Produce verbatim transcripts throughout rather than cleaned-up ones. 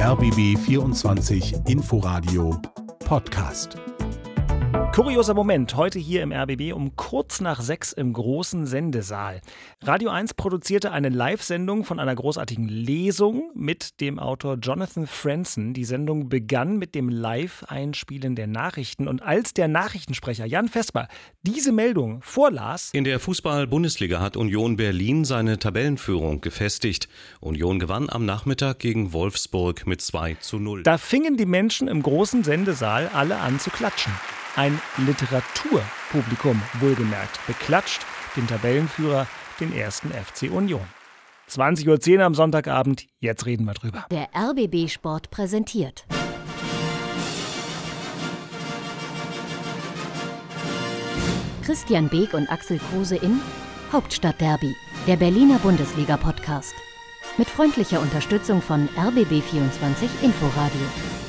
R B B vierundzwanzig Inforadio Podcast. Kurioser Moment, heute hier im R B B um kurz nach sechs im großen Sendesaal. Radio eins produzierte eine Live-Sendung von einer großartigen Lesung mit dem Autor Jonathan Franzen. Die Sendung begann mit dem Live-Einspielen der Nachrichten. Und als der Nachrichtensprecher Jan Vesper diese Meldung vorlas... In der Fußball-Bundesliga hat Union Berlin seine Tabellenführung gefestigt. Union gewann am Nachmittag gegen Wolfsburg mit zwei zu null. Da fingen die Menschen im großen Sendesaal alle an zu klatschen. Ein Literaturpublikum, wohlgemerkt, beklatscht den Tabellenführer, den ersten F C Union. zwanzig Uhr zehn am Sonntagabend, jetzt reden wir drüber. Der R B B Sport präsentiert. Christian Beek und Axel Kruse in Hauptstadtderby, der Berliner Bundesliga-Podcast. Mit freundlicher Unterstützung von R B B vierundzwanzig Inforadio.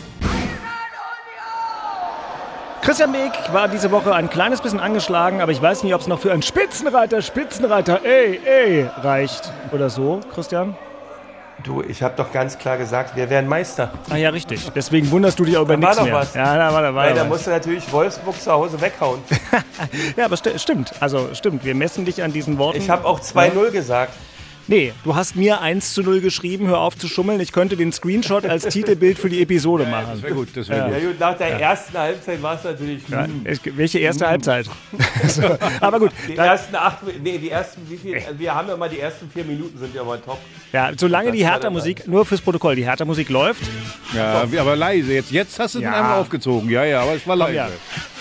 Christian Beek war diese Woche ein kleines bisschen angeschlagen, aber ich weiß nicht, ob es noch für einen Spitzenreiter, Spitzenreiter, ey, ey, reicht oder so. Christian? Du, ich habe doch ganz klar gesagt, wir werden Meister. Ah ja, richtig. Deswegen wunderst du dich auch über nichts mehr. Was. Ja, da war da war Weil da was. musst du natürlich Wolfsburg zu Hause weghauen. Ja, aber st- stimmt. Also stimmt, wir messen dich an diesen Worten. Ich habe auch zwei null gesagt. Nee, du hast mir eins zu null geschrieben, hör auf zu schummeln. Ich könnte den Screenshot als Titelbild für die Episode machen. Das wäre gut, das wäre Ja. gut. Ja, gut, nach der ja. ersten Halbzeit war es natürlich... Ja, hm. es- welche erste Halbzeit? So, aber gut, Die da, ersten acht... Nee, die ersten... Wie viel? Wir haben ja mal die ersten vier Minuten sind ja mal top. ja, solange Das die war Hertha-Musik, nur fürs Protokoll, die Hertha-Musik läuft. Ja, aber leise. Jetzt, jetzt hast du Ja. den einmal aufgezogen. Ja, ja, aber es war leise. ja.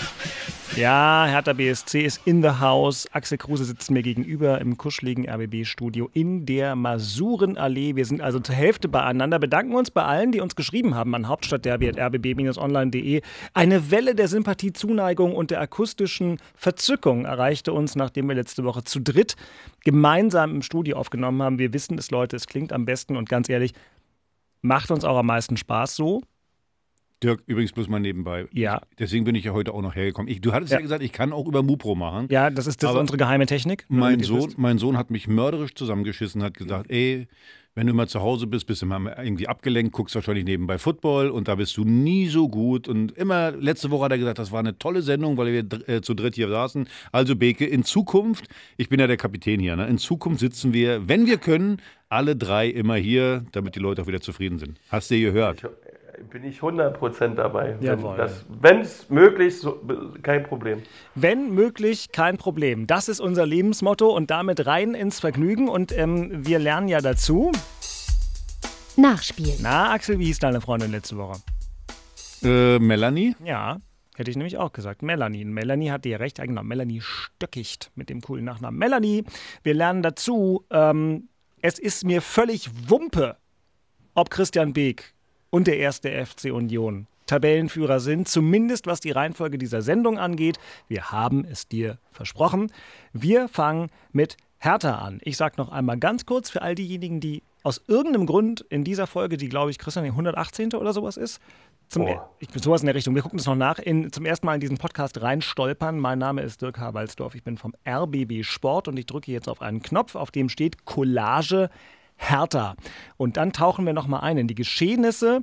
Ja, Hertha B S C ist in the house. Axel Kruse sitzt mir gegenüber im kuscheligen R B B-Studio in der Masurenallee. Wir sind also zur Hälfte beieinander. Bedanken uns bei allen, die uns geschrieben haben an hauptstadtderby at r b b online punkt d e. Eine Welle der Sympathie, Zuneigung und der akustischen Verzückung erreichte uns, nachdem wir letzte Woche zu dritt gemeinsam im Studio aufgenommen haben. Wir wissen es, Leute, es klingt am besten und ganz ehrlich, macht uns auch am meisten Spaß so. Dirk, übrigens bloß mal nebenbei. Ja. Deswegen bin ich ja heute auch noch hergekommen. Ich, du hattest ja. Ja. gesagt, ich kann auch über Mupro machen. Ja, das ist, das ist Aber unsere geheime Technik. Mein damit ihr Sohn, wisst. mein Sohn hat mich mörderisch zusammengeschissen, hat gesagt, ey, wenn du mal zu Hause bist, bist du mal irgendwie abgelenkt, guckst wahrscheinlich nebenbei Football und da bist du nie so gut. Und immer, letzte Woche hat er gesagt, das war eine tolle Sendung, weil wir dr- äh, zu dritt hier saßen. Also Beke, in Zukunft, ich bin ja der Kapitän hier, ne? In Zukunft sitzen wir, wenn wir können, alle drei immer hier, damit die Leute auch wieder zufrieden sind. Hast du gehört? Bin ich hundert Prozent dabei. Jawohl. Wenn es möglich, so, kein Problem. Wenn möglich, kein Problem. Das ist unser Lebensmotto und damit rein ins Vergnügen. Und ähm, wir lernen ja dazu. Nachspiel. Na, Axel, wie hieß deine Freundin letzte Woche? Äh, Melanie? Ja, hätte ich nämlich auch gesagt. Melanie. Melanie hat dir recht. Genau, Melanie Stöckicht mit dem coolen Nachnamen. Melanie, wir lernen dazu. Ähm, es ist mir völlig Wumpe, ob Christian Beek und der erste F C Union Tabellenführer sind, zumindest was die Reihenfolge dieser Sendung angeht. Wir haben es dir versprochen. Wir fangen mit Hertha an. Ich sage noch einmal ganz kurz für all diejenigen, die aus irgendeinem Grund in dieser Folge, die glaube ich, Christian, die hundertachtzehnte oder sowas ist, zum, Oh. ich bin sowas in der Richtung, wir gucken das noch nach, in, zum ersten Mal in diesen Podcast reinstolpern. Mein Name ist Dirk Habalsdorf, ich bin vom R B B Sport und ich drücke jetzt auf einen Knopf, auf dem steht Collage Hertha. Und dann tauchen wir nochmal ein in die Geschehnisse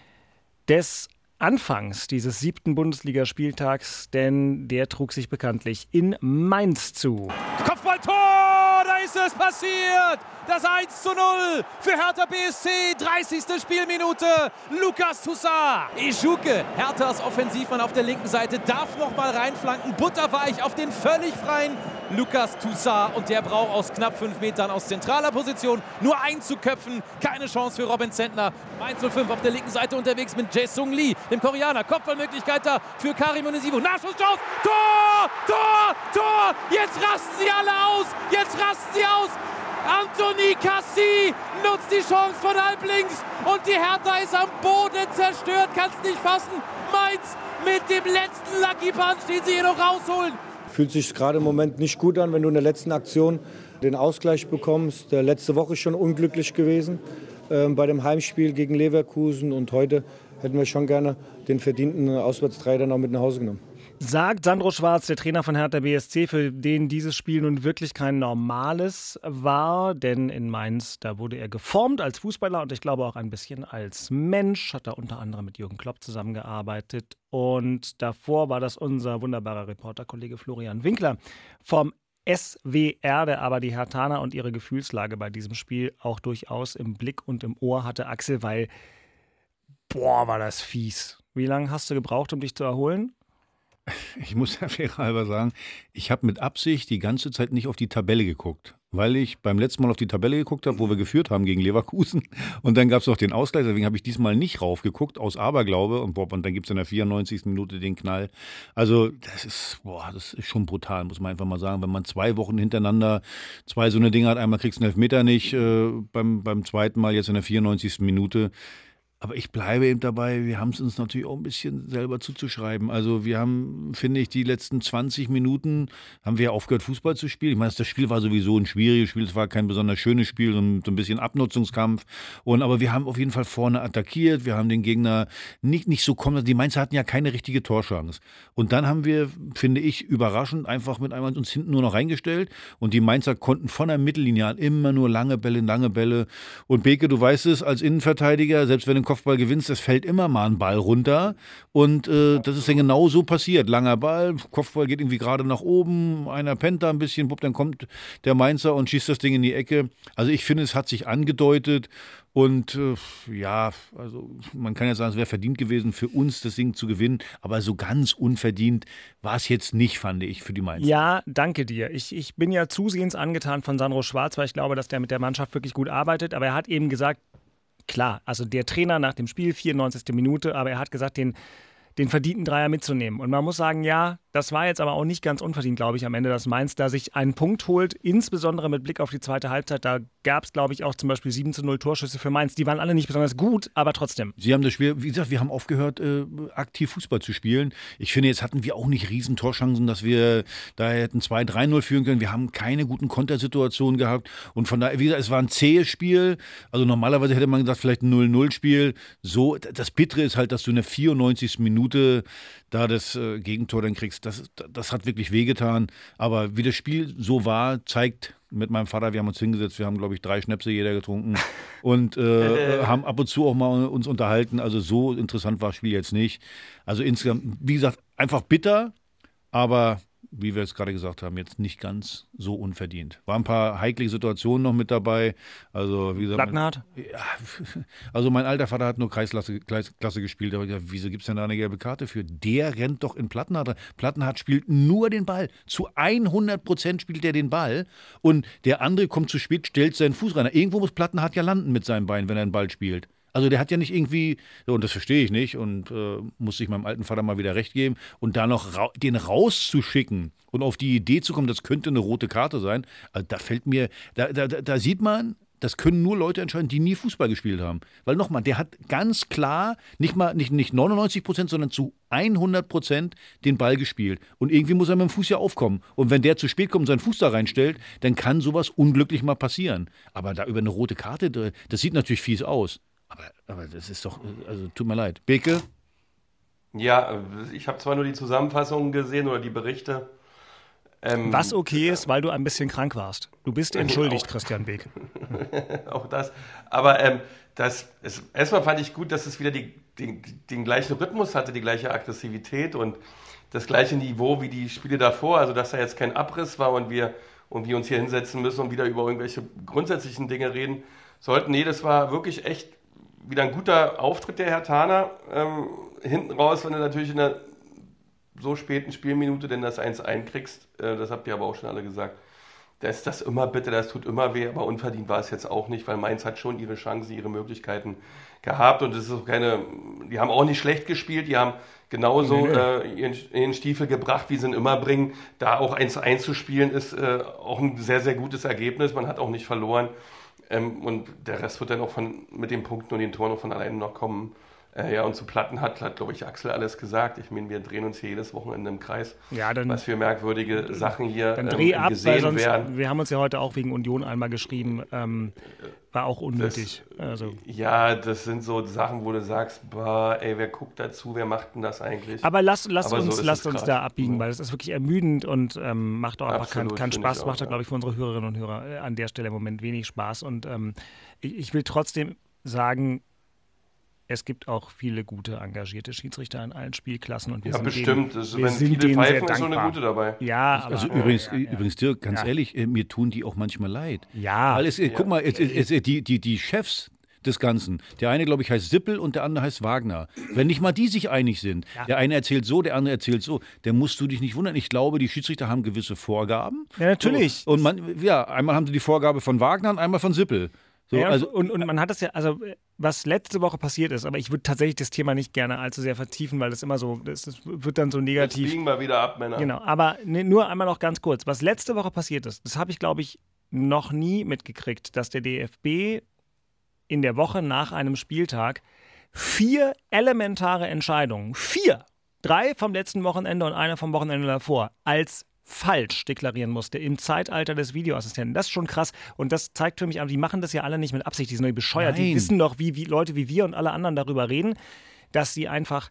des Anfangs dieses siebten Bundesligaspieltags, denn der trug sich bekanntlich in Mainz zu. Kopfballtor, da ist es passiert. Das eins zu null für Hertha B S C, dreißigste Spielminute. Lucas Toussaint. Ischuke, Herthas Offensivmann auf der linken Seite, darf noch mal reinflanken. Butterweich auf den völlig freien Lucas Toussaint. Und der braucht aus knapp fünf Metern aus zentraler Position nur einzuköpfen. Keine Chance für Robin Zentner. eins zu fünf auf der linken Seite unterwegs mit Jae-Sung Lee, dem Koreaner. Kopfballmöglichkeit da für Karim Onisivo. Nachschusschance. Tor! Tor! Tor! Jetzt rasten sie alle aus! Jetzt rasten sie aus! Anthony Cassie nutzt die Chance von halb links und die Hertha ist am Boden zerstört, kannst nicht fassen. Mainz mit dem letzten Lucky Punch, den sie hier noch rausholen. Fühlt sich gerade im Moment nicht gut an, wenn du in der letzten Aktion den Ausgleich bekommst. Der letzte Woche schon unglücklich gewesen äh, bei dem Heimspiel gegen Leverkusen und heute hätten wir schon gerne den verdienten Auswärtstreffer dann auch mit nach Hause genommen. Sagt Sandro Schwarz, der Trainer von Hertha B S C, für den dieses Spiel nun wirklich kein normales war. Denn in Mainz, da wurde er geformt als Fußballer und ich glaube auch ein bisschen als Mensch. Hat er unter anderem mit Jürgen Klopp zusammengearbeitet. Und davor war das unser wunderbarer Reporterkollege Florian Winkler vom S W R, der aber die Herthaner und ihre Gefühlslage bei diesem Spiel auch durchaus im Blick und im Ohr hatte. Axel, weil, boah, war das fies. Wie lange hast du gebraucht, um dich zu erholen? Ich muss ja fairerhalber sagen, ich habe mit Absicht die ganze Zeit nicht auf die Tabelle geguckt, weil ich beim letzten Mal auf die Tabelle geguckt habe, wo wir geführt haben gegen Leverkusen und dann gab es noch den Ausgleich, deswegen habe ich diesmal nicht raufgeguckt, aus Aberglaube und, boah, und dann gibt es in der vierundneunzigsten Minute den Knall. Also das ist, boah, das ist schon brutal, muss man einfach mal sagen, wenn man zwei Wochen hintereinander zwei so eine Dinge hat, einmal kriegst du einen Elfmeter nicht, äh, beim, beim zweiten Mal jetzt in der vierundneunzigsten Minute. Aber ich bleibe eben dabei, wir haben es uns natürlich auch ein bisschen selber zuzuschreiben. Also wir haben, finde ich, die letzten zwanzig Minuten haben wir aufgehört, Fußball zu spielen. Ich meine, das Spiel war sowieso ein schwieriges Spiel, es war kein besonders schönes Spiel, so ein, so ein bisschen Abnutzungskampf. Und, aber wir haben auf jeden Fall vorne attackiert, wir haben den Gegner nicht, nicht so kommen. Die Mainzer hatten ja keine richtige Torchance. Und dann haben wir, finde ich, überraschend einfach mit einmal uns hinten nur noch reingestellt. Und die Mainzer konnten von der Mittellinie an immer nur lange Bälle, lange Bälle. Und Beke, du weißt es, als Innenverteidiger, selbst wenn du Kopfball gewinnst, es fällt immer mal ein Ball runter und äh, das ist dann genau so passiert. Langer Ball, Kopfball geht irgendwie gerade nach oben, einer pennt da ein bisschen, bupp, dann kommt der Mainzer und schießt das Ding in die Ecke. Also ich finde, es hat sich angedeutet und äh, ja, also man kann ja sagen, es wäre verdient gewesen für uns, das Ding zu gewinnen, aber so ganz unverdient war es jetzt nicht, fand ich, für die Mainzer. Ja, danke dir. Ich, ich bin ja zusehends angetan von Sandro Schwarz, weil ich glaube, dass der mit der Mannschaft wirklich gut arbeitet, aber er hat eben gesagt, klar, also der Trainer nach dem Spiel, vierundneunzigste Minute, aber er hat gesagt, den, den verdienten Dreier mitzunehmen. Und man muss sagen, ja, das war jetzt aber auch nicht ganz unverdient, glaube ich, am Ende, dass Mainz da sich einen Punkt holt, insbesondere mit Blick auf die zweite Halbzeit. Da gab es, glaube ich, auch zum Beispiel sieben zu null Torschüsse für Mainz. Die waren alle nicht besonders gut, aber trotzdem. Sie haben das Spiel, wie gesagt, wir haben aufgehört, äh, aktiv Fußball zu spielen. Ich finde, jetzt hatten wir auch nicht riesen Torchancen, dass wir da hätten zwei drei null führen können. Wir haben keine guten Kontersituationen gehabt. Und von daher, wie gesagt, es war ein zähes Spiel. Also normalerweise hätte man gesagt, vielleicht ein null null Spiel. So, das Bittere ist halt, dass du in der vierundneunzigsten Minute da das äh, Gegentor dann kriegst. Das, das hat wirklich wehgetan. Aber wie das Spiel so war, zeigt mit meinem Vater, wir haben uns hingesetzt, wir haben, glaube ich, drei Schnäpse jeder getrunken und äh, haben ab und zu auch mal uns unterhalten. Also so interessant war das Spiel jetzt nicht. Also insgesamt, wie gesagt, einfach bitter, aber wie wir es gerade gesagt haben, jetzt nicht ganz so unverdient. Waren ein paar heikle Situationen noch mit dabei. Also, wie gesagt, Plattenhardt? Ja, also mein alter Vater hat nur Kreisklasse Klasse gespielt. Aber ja, wieso gibt es denn da eine gelbe Karte für? Der rennt doch in Plattenhardt. Plattenhardt spielt nur den Ball. Zu hundert Prozent spielt er den Ball. Und der andere kommt zu spät, stellt seinen Fuß rein. Irgendwo muss Plattenhardt ja landen mit seinem Bein, wenn er den Ball spielt. Also der hat ja nicht irgendwie, und das verstehe ich nicht, und äh, muss ich meinem alten Vater mal wieder recht geben, und da noch ra- den rauszuschicken und auf die Idee zu kommen, das könnte eine rote Karte sein, also da fällt mir, da, da, da sieht man, das können nur Leute entscheiden, die nie Fußball gespielt haben. Weil nochmal, der hat ganz klar, nicht mal nicht, nicht neunundneunzig Prozent, sondern zu hundert Prozent den Ball gespielt. Und irgendwie muss er mit dem Fuß ja aufkommen. Und wenn der zu spät kommt und seinen Fuß da reinstellt, dann kann sowas unglücklich mal passieren. Aber da über eine rote Karte, das sieht natürlich fies aus. Aber, aber das ist doch, also tut mir leid. Beke? Ja, ich habe zwar nur die Zusammenfassungen gesehen oder die Berichte. Ähm, Was okay ist, weil du ein bisschen krank warst. Du bist entschuldigt, auch, Christian Beek. Auch das. Aber ähm, das ist, erstmal fand ich gut, dass es wieder die, den, den gleichen Rhythmus hatte, die gleiche Aggressivität und das gleiche Niveau wie die Spiele davor. Also dass da jetzt kein Abriss war und wir, und wir uns hier hinsetzen müssen und wieder über irgendwelche grundsätzlichen Dinge reden sollten. Nee, das war wirklich echt wieder ein guter Auftritt der Herthaner. Ähm, hinten raus, wenn du natürlich in der so späten Spielminute denn das eins eins kriegst, äh, das habt ihr aber auch schon alle gesagt, da ist das immer bitter, das tut immer weh, aber unverdient war es jetzt auch nicht, weil Mainz hat schon ihre Chancen, ihre Möglichkeiten gehabt und es ist auch keine, die haben auch nicht schlecht gespielt, die haben genauso nee, nee. Äh, ihren, ihren Stiefel gebracht, wie sie ihn immer bringen. Da auch eins eins zu spielen, ist äh, auch ein sehr, sehr gutes Ergebnis, man hat auch nicht verloren. Ähm, und der Rest wird dann auch von, mit den Punkten und den Toren auch von alleine noch kommen. Äh, ja, und zu Platten hat, hat glaube ich, Axel alles gesagt. Ich meine, wir drehen uns hier jedes Wochenende im Kreis. Ja, dann, was für merkwürdige Sachen hier dann dreh ähm, ab, gesehen weil sonst, werden. Wir haben uns ja heute auch wegen Union einmal geschrieben, ähm, war auch unnötig. Das, also. Ja, das sind so Sachen, wo du sagst, bah, ey, wer guckt dazu, wer macht denn das eigentlich? Aber lasst lass Aber uns, so lasst uns grad. da abbiegen, ja. weil es ist wirklich ermüdend und ähm, macht auch einfach Absolut, keinen kein Spaß. auch, Macht, ja. glaube ich, für unsere Hörerinnen und Hörer äh, an der Stelle im Moment wenig Spaß. Und ähm, ich, ich will trotzdem sagen, es gibt auch viele gute, engagierte Schiedsrichter in allen Spielklassen. Und wir ja, sind bestimmt. Denen, das, wir wenn sind viele denen pfeifen, sehr ist so eine dankbar. gute dabei. Ja, aber, also ja, übrigens, ja, ja. übrigens, Dirk, ganz ja. ehrlich, mir tun die auch manchmal leid. Ja. Weil es, ja. guck mal, es, es, es, die, die, die Chefs des Ganzen, der eine, glaube ich, heißt Sippel und der andere heißt Wagner. Wenn nicht mal die sich einig sind, ja. der eine erzählt so, der andere erzählt so, dann musst du dich nicht wundern. Ich glaube, die Schiedsrichter haben gewisse Vorgaben. Ja, natürlich. So. Und man, ja, einmal haben sie die Vorgabe von Wagner und einmal von Sippel. So, ja, also, und, und man hat das ja, also was letzte Woche passiert ist, aber ich würde tatsächlich das Thema nicht gerne allzu sehr vertiefen, weil das immer so, das, das wird dann so negativ. Jetzt biegen wir wieder ab, Männer. Genau, aber ne, nur einmal noch ganz kurz. Was letzte Woche passiert ist, das habe ich, glaube ich, noch nie mitgekriegt, dass der D F B in der Woche nach einem Spieltag vier elementare Entscheidungen, vier, drei vom letzten Wochenende und eine vom Wochenende davor, als falsch deklarieren musste im Zeitalter des Videoassistenten. Das ist schon krass. Und das zeigt für mich, die machen das ja alle nicht mit Absicht, die sind nur bescheuert. Nein. Die wissen doch, wie, wie Leute wie wir und alle anderen darüber reden, dass sie einfach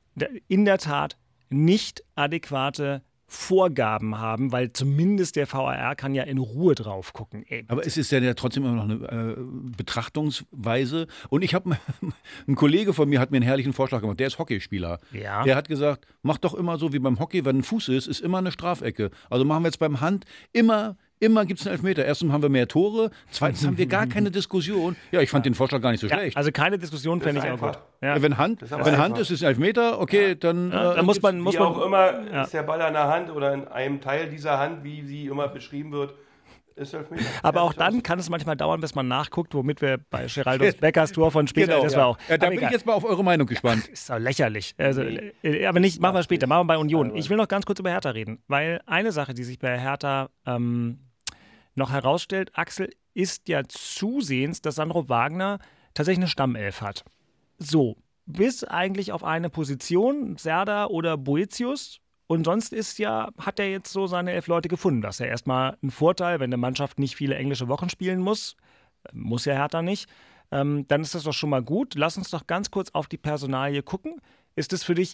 in der Tat nicht adäquate Vorgaben haben, weil zumindest der V A R kann ja in Ruhe drauf gucken. Ey, aber es ist ja, ja trotzdem immer noch eine äh, Betrachtungsweise. Und ich habe, ein Kollege von mir hat mir einen herrlichen Vorschlag gemacht, der ist Hockeyspieler. Ja. Der hat gesagt, mach doch immer so wie beim Hockey, wenn ein Fuß ist, ist immer eine Strafecke. Also machen wir jetzt beim Hand immer Immer gibt es einen Elfmeter. Erstens haben wir mehr Tore, zweitens haben wir gar keine Diskussion. Ja, ich fand den Vorschlag gar nicht so ja, schlecht. Also keine Diskussion fände ich auch gut. Ja. Wenn Hand, ist, wenn Hand ist, ist ein Elfmeter, okay, ja. dann... Ja, äh, dann muss man... Muss wie man, auch immer ja. ist der Ball an der Hand oder in einem Teil dieser Hand, wie sie immer beschrieben wird, ist Elfmeter. Aber ja, auch dann aus. kann es manchmal dauern, bis man nachguckt, womit wir bei Geraldo Beckers Tor von später... Genau, das ja. war auch... Ja, da bin egal. ich jetzt mal auf eure Meinung gespannt. Ist doch lächerlich. Also, äh, aber nicht, machen wir später, machen wir bei Union. Ich will noch ganz kurz über Hertha reden, weil eine Sache, die sich bei Hertha... Ähm, noch herausstellt, Axel, ist ja zusehends, dass Sandro Wagner tatsächlich eine Stammelf hat. So, bis eigentlich auf eine Position, Serdar oder Boetius. Und sonst ist ja, hat er jetzt so seine elf Leute gefunden. Das ist ja erstmal ein Vorteil, wenn eine Mannschaft nicht viele englische Wochen spielen muss. Muss ja Hertha nicht. Ähm, dann ist das doch schon mal gut. Lass uns doch ganz kurz auf die Personalie gucken. Ist es für dich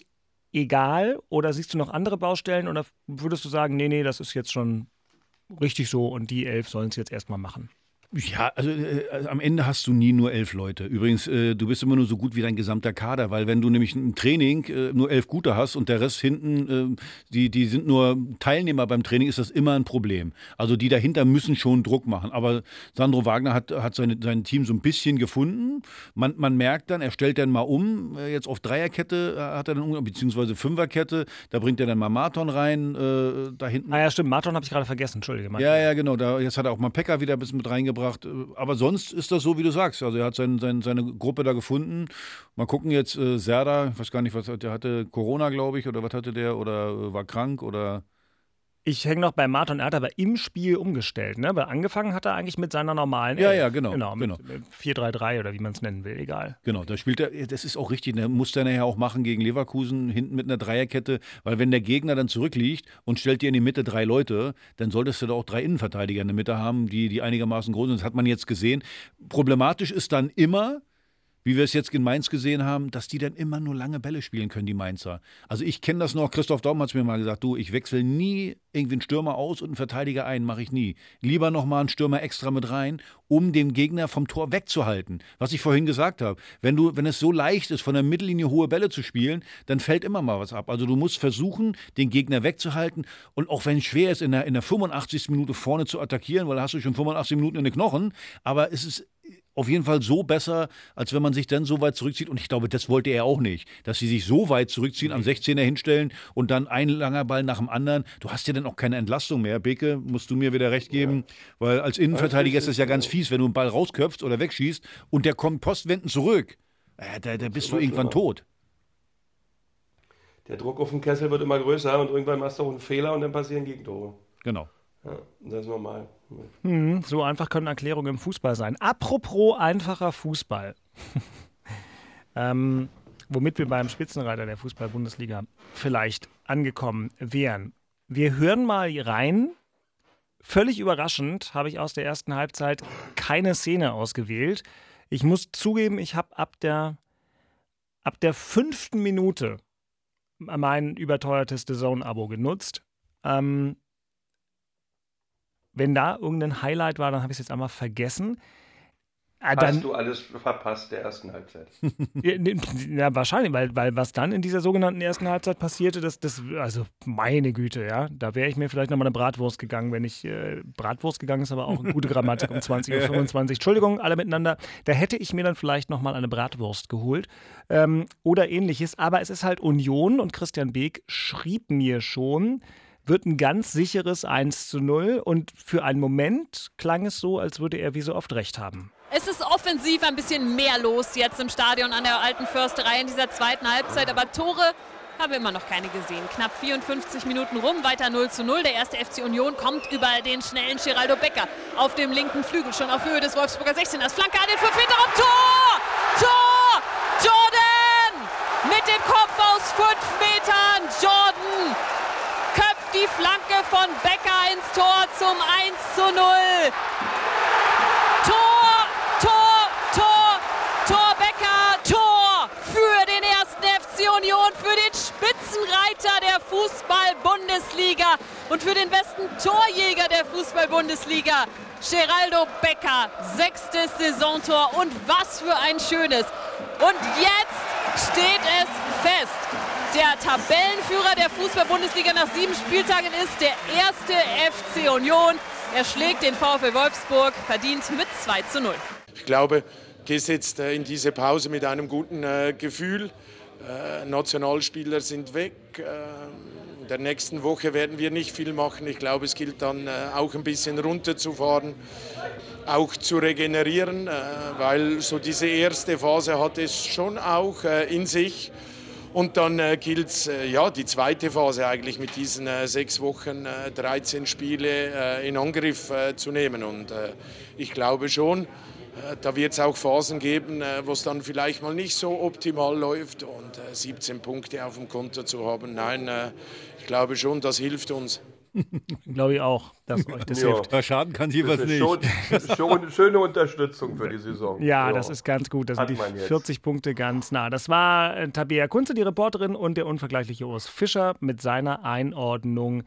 egal oder siehst du noch andere Baustellen oder würdest du sagen, nee, nee, das ist jetzt schon richtig so und die elf sollen es jetzt erstmal machen? Ja, also äh, am Ende hast du nie nur elf Leute. Übrigens, äh, du bist immer nur so gut wie dein gesamter Kader, weil wenn du nämlich ein Training äh, nur elf Gute hast und der Rest hinten, äh, die, die sind nur Teilnehmer beim Training, ist das immer ein Problem. Also die dahinter müssen schon Druck machen. Aber Sandro Wagner hat, hat seine, sein Team so ein bisschen gefunden. Man, man merkt dann, er stellt dann mal um, äh, jetzt auf Dreierkette äh, hat er dann um, beziehungsweise Fünferkette, da bringt er dann mal Marton rein, äh, da hinten. Ah ja, stimmt, Marton habe ich gerade vergessen, Entschuldige. Marton. Ja, ja, genau, da, jetzt hat er auch mal Pekka wieder ein bisschen mit reingebracht. Aber sonst ist das so, wie du sagst. Also er hat sein, sein, seine Gruppe da gefunden. Mal gucken jetzt, äh, Serdar, ich weiß gar nicht, was der hatte, Corona, glaube ich, oder was hatte der, oder äh, war krank, oder... Ich hänge noch bei Marton, er hat aber im Spiel umgestellt, ne? Weil angefangen hat er eigentlich mit seiner normalen Ja, elf. ja, genau. Genau, mit, genau. mit vier drei drei oder wie man es nennen will, egal. Genau, da spielt er, das ist auch richtig, ne? Muss er nachher auch machen gegen Leverkusen, hinten mit einer Dreierkette, weil wenn der Gegner dann zurückliegt und stellt dir in die Mitte drei Leute, dann solltest du da auch drei Innenverteidiger in der Mitte haben, die, die einigermaßen groß sind. Das hat man jetzt gesehen. Problematisch ist dann immer, wie wir es jetzt in Mainz gesehen haben, dass die dann immer nur lange Bälle spielen können, die Mainzer. Also ich kenne das noch, Christoph Daum hat es mir mal gesagt, du, ich wechsle nie irgendwie einen Stürmer aus und einen Verteidiger ein, mache ich nie. Lieber nochmal einen Stürmer extra mit rein, um den Gegner vom Tor wegzuhalten. Was ich vorhin gesagt habe, wenn du, wenn es so leicht ist, von der Mittellinie hohe Bälle zu spielen, dann fällt immer mal was ab. Also du musst versuchen, den Gegner wegzuhalten und auch wenn es schwer ist, in der, in der fünfundachtzigsten Minute vorne zu attackieren, weil da hast du schon fünfundachtzig Minuten in den Knochen, aber es ist auf jeden Fall so besser, als wenn man sich dann so weit zurückzieht. Und ich glaube, das wollte er auch nicht, dass sie sich so weit zurückziehen, am sechzehner hinstellen und dann ein langer Ball nach dem anderen. Du hast ja dann auch keine Entlastung mehr. Beke, musst du mir wieder recht geben, ja. Weil als Innenverteidiger ist das ja ganz fies, wenn du einen Ball rausköpfst oder wegschießt und der kommt postwendend zurück. Äh, da, da bist du irgendwann tot. Der Druck auf den Kessel wird immer größer und irgendwann machst du auch einen Fehler und dann passieren Gegentore. Genau. Ja, das ist normal. Hm, so einfach können Erklärungen im Fußball sein. Apropos einfacher Fußball. ähm, womit wir beim Spitzenreiter der Fußball-Bundesliga vielleicht angekommen wären. Wir hören mal rein. Völlig überraschend habe ich aus der ersten Halbzeit keine Szene ausgewählt. Ich muss zugeben, ich habe ab der, ab der fünften Minute mein überteuertes D A Z N-Abo genutzt. Ähm, wenn da irgendein Highlight war, dann habe ich es jetzt einmal vergessen. Ah, Hast dann, du alles verpasst der ersten Halbzeit? ja, ja, wahrscheinlich, weil, weil was dann in dieser sogenannten ersten Halbzeit passierte, das, das also meine Güte, ja, da wäre ich mir vielleicht nochmal eine Bratwurst gegangen, wenn ich, äh, Bratwurst gegangen ist aber auch eine gute Grammatik um zwanzig Uhr fünfundzwanzig, Entschuldigung, alle miteinander, da hätte ich mir dann vielleicht nochmal eine Bratwurst geholt ähm, oder ähnliches, aber es ist halt Union und Christian Beek schrieb mir schon, wird ein ganz sicheres eins zu null und für einen Moment klang es so, als würde er wie so oft recht haben. Es ist offensiv ein bisschen mehr los jetzt im Stadion an der Alten Försterei in dieser zweiten Halbzeit, aber Tore haben wir immer noch keine gesehen. Knapp vierundfünfzig Minuten rum, weiter null zu null. Der erste F C Union kommt über den schnellen Geraldo Becker auf dem linken Flügel, schon auf Höhe des Wolfsburger sechzehners. Flanke an den fünf Meter Raum, Tor! Tor! Jordan! Mit dem Kopf aus fünf Metern, Jordan köpft die Flanke von Becker ins Tor zum eins zu null. Tor! Tor, Tor, Tor Becker, Tor für den ersten F C Union, für den Spitzenreiter der Fußball-Bundesliga und für den besten Torjäger der Fußball-Bundesliga, Geraldo Becker, sechstes Saisontor und was für ein schönes. Und jetzt steht es fest. Der Tabellenführer der Fußball-Bundesliga nach sieben Spieltagen ist der erste F C Union. Er schlägt den VfL Wolfsburg verdient mit zwei zu null. Ich glaube, gehst jetzt in diese Pause mit einem guten äh, Gefühl. Äh, Nationalspieler sind weg. Äh, in der nächsten Woche werden wir nicht viel machen. Ich glaube, es gilt dann äh, auch ein bisschen runterzufahren, auch zu regenerieren, äh, weil so diese erste Phase hat es schon auch äh, in sich. Und dann äh, gilt es, äh, ja, die zweite Phase eigentlich mit diesen äh, sechs Wochen, äh, dreizehn Spiele äh, in Angriff äh, zu nehmen. Und äh, ich glaube schon, da wird es auch Phasen geben, wo es dann vielleicht mal nicht so optimal läuft und siebzehn Punkte auf dem Konto zu haben. Nein, ich glaube schon, das hilft uns. Glaube ich auch, dass euch das ja. hilft. Da schaden kann jeweils nicht. Schon, schon eine schöne Unterstützung für die Saison. Ja, ja. das ist ganz gut. Da sind Hat die man jetzt. vierzig Punkte ganz nah. Das war äh, Tabea Kunze, die Reporterin, und der unvergleichliche Urs Fischer mit seiner Einordnung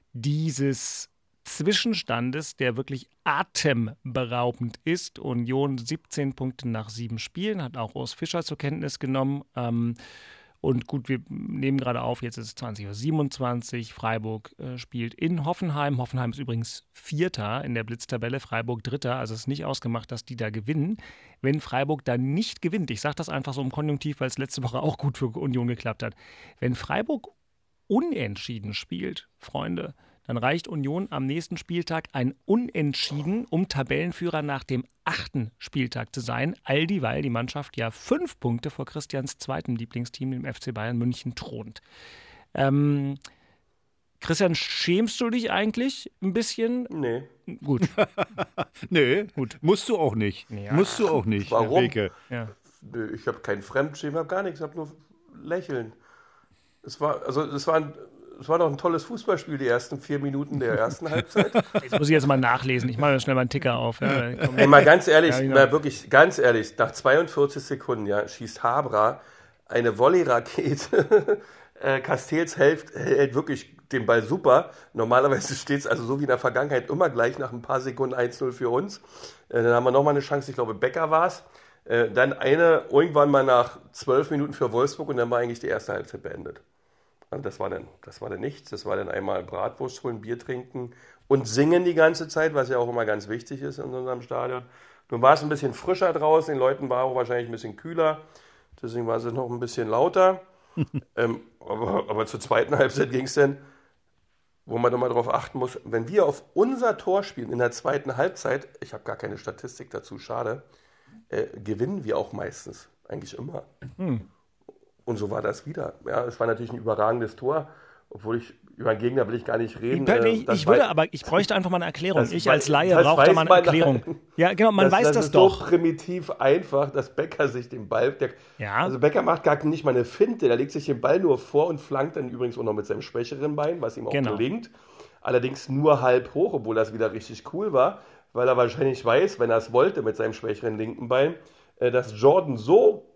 dieses Zwischenstandes, der wirklich atemberaubend ist. Union siebzehn Punkte nach sieben Spielen, hat auch Urs Fischer zur Kenntnis genommen. Ähm, und gut, wir nehmen gerade auf, jetzt ist es zwanzig Uhr siebenundzwanzig. Freiburg äh, spielt in Hoffenheim. Hoffenheim ist übrigens Vierter in der Blitztabelle, Freiburg Dritter. Also es ist nicht ausgemacht, dass die da gewinnen. Wenn Freiburg da nicht gewinnt, ich sage das einfach so im Konjunktiv, weil es letzte Woche auch gut für Union geklappt hat. Wenn Freiburg unentschieden spielt, Freunde, dann reicht Union am nächsten Spieltag ein Unentschieden, um Tabellenführer nach dem achten Spieltag zu sein. All dieweil die Mannschaft ja fünf Punkte vor Christians zweitem Lieblingsteam, dem F C Bayern München, thront. Ähm, Christian, schämst du dich eigentlich ein bisschen? Nee. Gut. Nee, Gut. Musst du auch nicht. Ja. Musst du auch nicht, Warum? Beke. Ja. Nö, ich habe kein Fremdschämen, habe gar nichts, ich habe nur Lächeln. Es war, also es war ein Es war doch ein tolles Fußballspiel, die ersten vier Minuten der ersten Halbzeit. Jetzt muss ich jetzt mal nachlesen. Ich mache schnell mal einen Ticker auf. Ja, Ey, mal ganz ehrlich, Ja, genau. mal wirklich ganz ehrlich, nach zweiundvierzig Sekunden ja, schießt Habra eine Volley-Rakete. äh, Castells hält, hält wirklich den Ball super. Normalerweise steht es also so wie in der Vergangenheit immer gleich nach ein paar Sekunden eins null für uns. Äh, dann haben wir nochmal eine Chance, ich glaube Becker war es. Äh, dann eine irgendwann mal nach zwölf Minuten für Wolfsburg und dann war eigentlich die erste Halbzeit beendet. Also das war dann, das war dann nichts. Das war dann einmal Bratwurst holen, Bier trinken und singen die ganze Zeit, was ja auch immer ganz wichtig ist in unserem Stadion. Nun war es ein bisschen frischer draußen, den Leuten war auch wahrscheinlich ein bisschen kühler, deswegen war es noch ein bisschen lauter. ähm, aber, aber zur zweiten Halbzeit ging es dann, wo man doch mal darauf achten muss, wenn wir auf unser Tor spielen in der zweiten Halbzeit, ich habe gar keine Statistik dazu, schade, äh, gewinnen wir auch meistens, eigentlich immer. Hm. Und so war das wieder. Ja, es war natürlich ein überragendes Tor, obwohl ich über einen Gegner will ich gar nicht reden. Ich, ich, ich würde, aber ich bräuchte einfach mal eine Erklärung. Das ich wei- als Laie das brauche da weiß mal eine man- Erklärung. Ja, genau, man das, weiß das, das, ist doch. so primitiv einfach, dass Becker sich den Ball. Der, Ja. Also Becker macht gar nicht mal eine Finte, der legt sich den Ball nur vor und flankt dann übrigens auch noch mit seinem schwächeren Bein, was ihm auch Genau. gelingt. Allerdings nur halb hoch, obwohl das wieder richtig cool war, weil er wahrscheinlich weiß, wenn er es wollte mit seinem schwächeren linken Bein, äh, dass Jordan so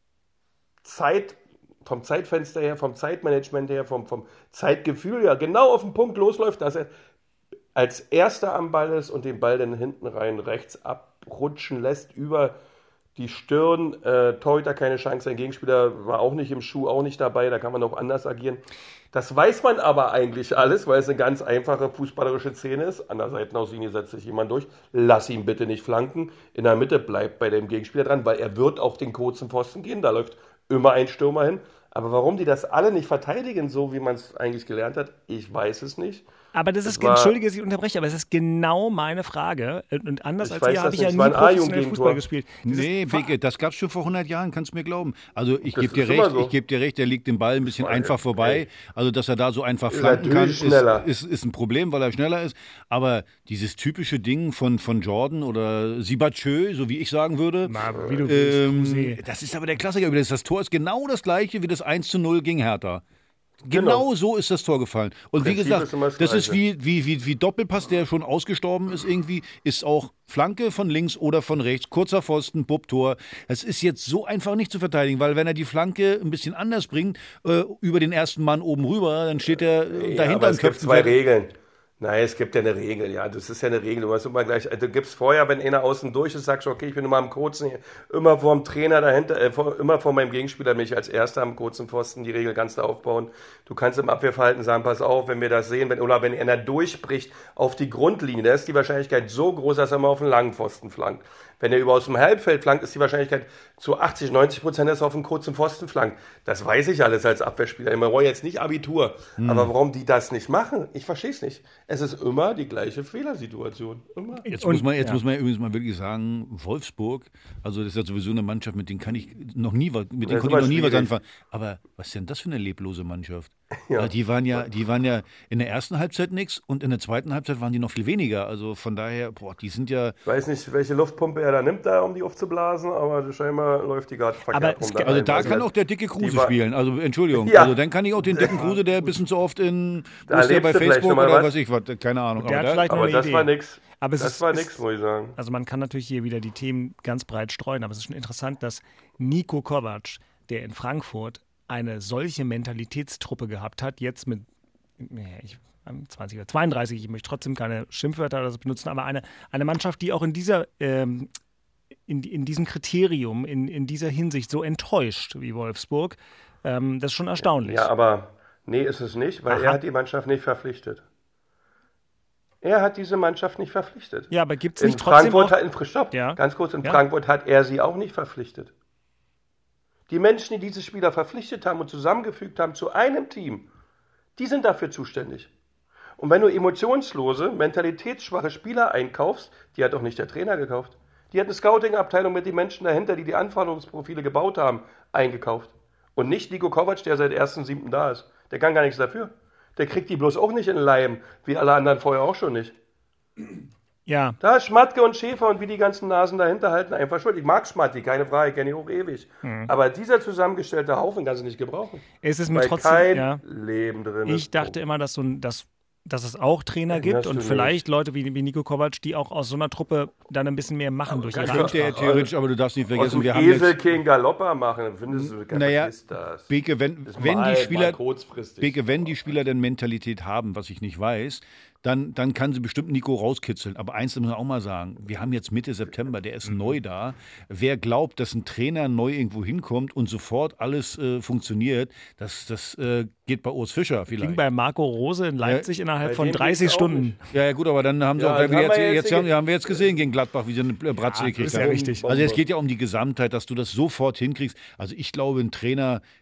Zeit, vom Zeitfenster her, vom Zeitmanagement her, vom, vom Zeitgefühl her, genau auf den Punkt losläuft, dass er als Erster am Ball ist und den Ball dann hinten rein rechts abrutschen lässt über die Stirn. Äh, Torhüter keine Chance, sein Gegenspieler war auch nicht im Schuh, auch nicht dabei, da kann man auch anders agieren. Das weiß man aber eigentlich alles, weil es eine ganz einfache fußballerische Szene ist. An der Seitenauslinie setzt sich jemand durch, lass ihn bitte nicht flanken. In der Mitte bleibt bei dem Gegenspieler dran, weil er wird auf den kurzen Pfosten gehen, da läuft immer ein Stürmer hin. Aber warum die das alle nicht verteidigen, so wie man es eigentlich gelernt hat, ich weiß es nicht. Aber das Es ist, war- entschuldige, dass ich unterbreche, aber es ist genau meine Frage. Und anders Ich als weiß ihr das habe ich ja nicht, nie es war ein professionell A-Jugendgegentor. Fußball gespielt. Dieses Nee, Ver- Beke, das gab es schon vor hundert Jahren, kannst du mir glauben. Also ich Das gebe dir ist immer recht, so. ich gebe dir recht, der liegt den Ball ein bisschen Weil, einfach vorbei. Also dass er da so einfach Ist flanken kann, natürlich schneller. ist, ist, ist ein Problem, weil er schneller ist. Aber dieses typische Ding von, von Jordan oder Sibachö, so wie ich sagen würde, Na, wie du willst, ähm, José. das ist aber der Klassiker. Das, das Tor ist genau das gleiche wie das eins zu null gegen Hertha. Genau, Genau. so ist das Tor gefallen. Und wie Prinzip gesagt, ist immer das das ist Gleiche. wie, wie, wie, wie Doppelpass, der schon ausgestorben ist irgendwie, ist auch Flanke von links oder von rechts, kurzer Pfosten, Bub-Tor. Das ist jetzt so einfach nicht zu verteidigen, weil wenn er die Flanke ein bisschen anders bringt, äh, über den ersten Mann oben rüber, dann steht er äh, Ja, dahinter aber und es gibt köpft zwei Regeln. Nein, es gibt ja eine Regel, ja, das ist ja eine Regel. Du musst immer gleich, du gibst vorher, wenn einer außen durch ist, sagst du, okay, ich bin immer am kurzen, immer vor dem Trainer dahinter, äh, vor, immer vor meinem Gegenspieler, mich als Erster am kurzen Pfosten, die Regel kannst du aufbauen. Du kannst im Abwehrverhalten sagen, pass auf, wenn wir das sehen, wenn, oder wenn einer durchbricht auf die Grundlinie, da ist die Wahrscheinlichkeit so groß, dass er mal auf den langen Pfosten flankt. Wenn er über aus dem Halbfeld flankt, ist die Wahrscheinlichkeit zu achtzig, neunzig Prozent, dass er auf einen kurzen Pfosten flankt. Das weiß ich alles als Abwehrspieler. Man braucht jetzt nicht Abitur. Hm. Aber warum die das nicht machen, ich verstehe es nicht. Es ist immer die gleiche Fehlersituation. Immer. Jetzt, Und- muss man, jetzt ja. muss man ja übrigens mal wirklich sagen, Wolfsburg, also das ist ja sowieso eine Mannschaft, mit denen kann ich noch nie was, mit denen Das ist konnte ich immer noch nie was schwierig. anfangen. Aber was ist denn das für eine leblose Mannschaft? Ja. Ja. Die waren ja, die waren ja in der ersten Halbzeit nichts und in der zweiten Halbzeit waren die noch viel weniger. Also von daher, boah, die sind ja. Ich weiß nicht, welche Luftpumpe er da nimmt, da, um die aufzublasen, aber scheinbar läuft die gerade Aber verkehrt es rum. gibt- Also da rein. kann auch der dicke Kruse war- spielen. Also Entschuldigung. Ja. Also dann kann ich auch den dicken Kruse, der ein bisschen zu oft in Da wo ist der bei erlebst du vielleicht Facebook noch mal oder was. weiß ich was, keine Ahnung. Der Aber hat da- vielleicht noch Aber eine das Idee. war nix. Aber es Das ist, war es- nix, muss ich sagen. Also man kann natürlich hier wieder die Themen ganz breit streuen, aber es ist schon interessant, dass Niko Kovac, der in Frankfurt eine solche Mentalitätstruppe gehabt hat, jetzt mit nee, ich, zwanzig oder zweiunddreißig, ich möchte trotzdem keine Schimpfwörter oder so benutzen, aber eine, eine Mannschaft, die auch in dieser ähm, in, in diesem Kriterium, in, in dieser Hinsicht so enttäuscht wie Wolfsburg, ähm, das ist schon erstaunlich. Ja, aber nee, ist es nicht, weil Aha. er hat die Mannschaft nicht verpflichtet. Er hat diese Mannschaft nicht verpflichtet. Ja, aber gibt es In nicht trotzdem Frankfurt auch, hat, in, stopp, Ja. ganz kurz, in Ja. Frankfurt hat er sie auch nicht verpflichtet. Die Menschen, die diese Spieler verpflichtet haben und zusammengefügt haben zu einem Team, die sind dafür zuständig. Und wenn du emotionslose, mentalitätsschwache Spieler einkaufst, die hat doch nicht der Trainer gekauft. Die hat eine Scouting-Abteilung mit den Menschen dahinter, die die Anforderungsprofile gebaut haben, eingekauft. Und nicht Niko Kovac, der seit ersten siebten da ist. Der kann gar nichts dafür. Der kriegt die bloß auch nicht in den Leim, wie alle anderen vorher auch schon nicht. ja, Da ist Schmatke und Schäfer und wie die ganzen Nasen dahinter halten einfach schuld. Ich mag Schmatti, keine Frage, ich kenne ihn auch ewig. Aber dieser zusammengestellte Haufen kann sie nicht gebrauchen. es ist mir Weil trotzdem, kein ja, Leben drin ich ist. dachte immer, dass so ein, dass, dass es auch Trainer gibt hast und du vielleicht Leute wie, wie Niko Kovac, die auch aus so einer Truppe dann ein bisschen mehr machen durch ihre Könnte er Ansprache. theoretisch, aber du darfst nicht Aus vergessen, dem wir haben Esel jetzt. kein Galopper machen, findest du, Naja, was ist das? Beke, wenn, Das ist wenn mal- die mal Spieler, kurzfristig. Beke, wenn die Spieler denn Mentalität haben, was ich nicht weiß, dann, dann kann sie bestimmt Nico rauskitzeln. Aber eins muss man auch mal sagen, wir haben jetzt Mitte September, der ist neu da. Wer glaubt, dass ein Trainer neu irgendwo hinkommt und sofort alles äh, funktioniert, das, das äh, geht bei Urs Fischer Ging vielleicht. bei Marco Rose in Leipzig innerhalb Bei von dem dreißig geht's auch Stunden. nicht. Ja, ja, gut, aber dann haben sie Ja, auch, das wir haben jetzt, wir jetzt jetzt, ge- haben, haben wir jetzt gesehen gegen Gladbach, wie sie eine äh, Bratze Ja, gekriegt ist ja haben. richtig. Also es geht ja um die Gesamtheit, dass du das sofort hinkriegst. Also ich glaube, ein Trainer,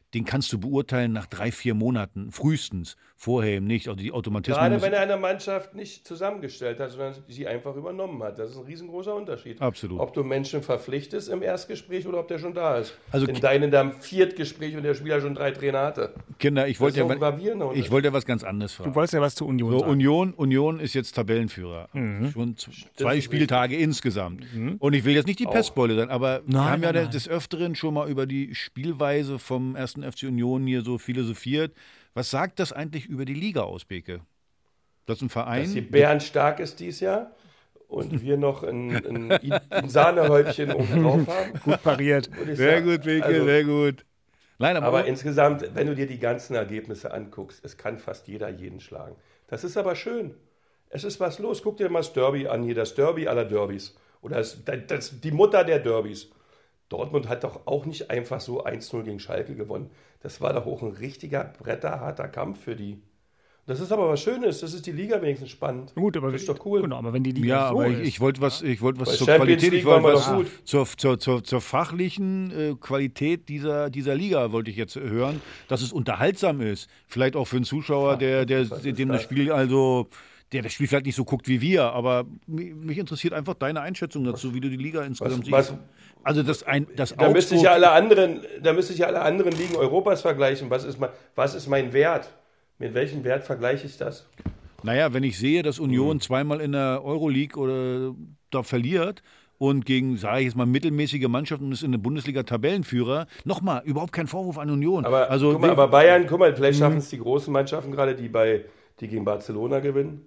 den kannst du beurteilen nach drei, vier Monaten, frühestens, vorher eben nicht. Also die Automatismen. Gerade wenn er eine Mannschaft nicht zusammengestellt hat, sondern sie einfach übernommen hat. Das ist ein riesengroßer Unterschied. Absolut. Ob du Menschen verpflichtest im Erstgespräch oder ob der schon da ist. Also in deinem dann Viertgespräch und der Spieler schon drei Trainer hatte. Kinder, ich wollte ja, wa- ich wollte ja was ganz anderes fragen. Du wolltest ja was zu Union so, sagen. Union, Union ist jetzt Tabellenführer. Mhm. Schon z- zwei Spieltage richtig. insgesamt. Mhm. Und ich will jetzt nicht die Pestbeule sein, aber nein, wir haben ja nein. des Öfteren schon mal über die Spielweise vom ersten F C Union hier so philosophiert. Was sagt das eigentlich über die Liga aus, Beke? Das ist ein Verein. Dass die Bären stark ist dieses Jahr und wir noch ein, ein, ein Sahnehäubchen oben drauf haben. Gut pariert. Sehr sagen. gut, Beke, Also, sehr gut. Nein, aber aber insgesamt, wenn du dir die ganzen Ergebnisse anguckst, es kann fast jeder jeden schlagen. Das ist aber schön. Es ist was los. Guck dir mal das Derby an, hier das Derby aller Derbys. Oder das, das, die Mutter der Derbys. Dortmund hat doch auch nicht einfach so eins null gegen Schalke gewonnen. Das war doch auch ein richtiger, bretterharter Kampf für die. Das ist aber was Schönes. Das ist die Liga wenigstens spannend. Gut, aber das ist doch cool. Genau, aber wenn die Liga ja, so aber ist, ich, ich wollte was, ich wollte was Bei zur Champions Qualität, League ich wollte waren wir was doch gut. zur, zur, zur, zur fachlichen äh, Qualität dieser, dieser Liga wollte ich jetzt hören, dass es unterhaltsam ist. Vielleicht auch für einen Zuschauer, der, der, dem das Spiel also, der das Spiel vielleicht nicht so guckt wie wir, aber mich, mich interessiert einfach deine Einschätzung dazu, wie du die Liga insgesamt was, siehst. Was, also das ein, das da müsste ich ja alle anderen, da müsste ich ja alle anderen Ligen Europas vergleichen. Was ist mein, was ist mein Wert? Mit welchem Wert vergleiche ich das? Naja, wenn ich sehe, dass Union mhm. zweimal in der Euroleague oder da verliert und gegen, sage ich jetzt mal, mittelmäßige Mannschaften ist in der Bundesliga Tabellenführer, nochmal, überhaupt kein Vorwurf an Union. Aber, also, guck mal, aber Bayern, guck mal, vielleicht schaffen es die großen Mannschaften gerade, die, bei, die gegen Barcelona gewinnen.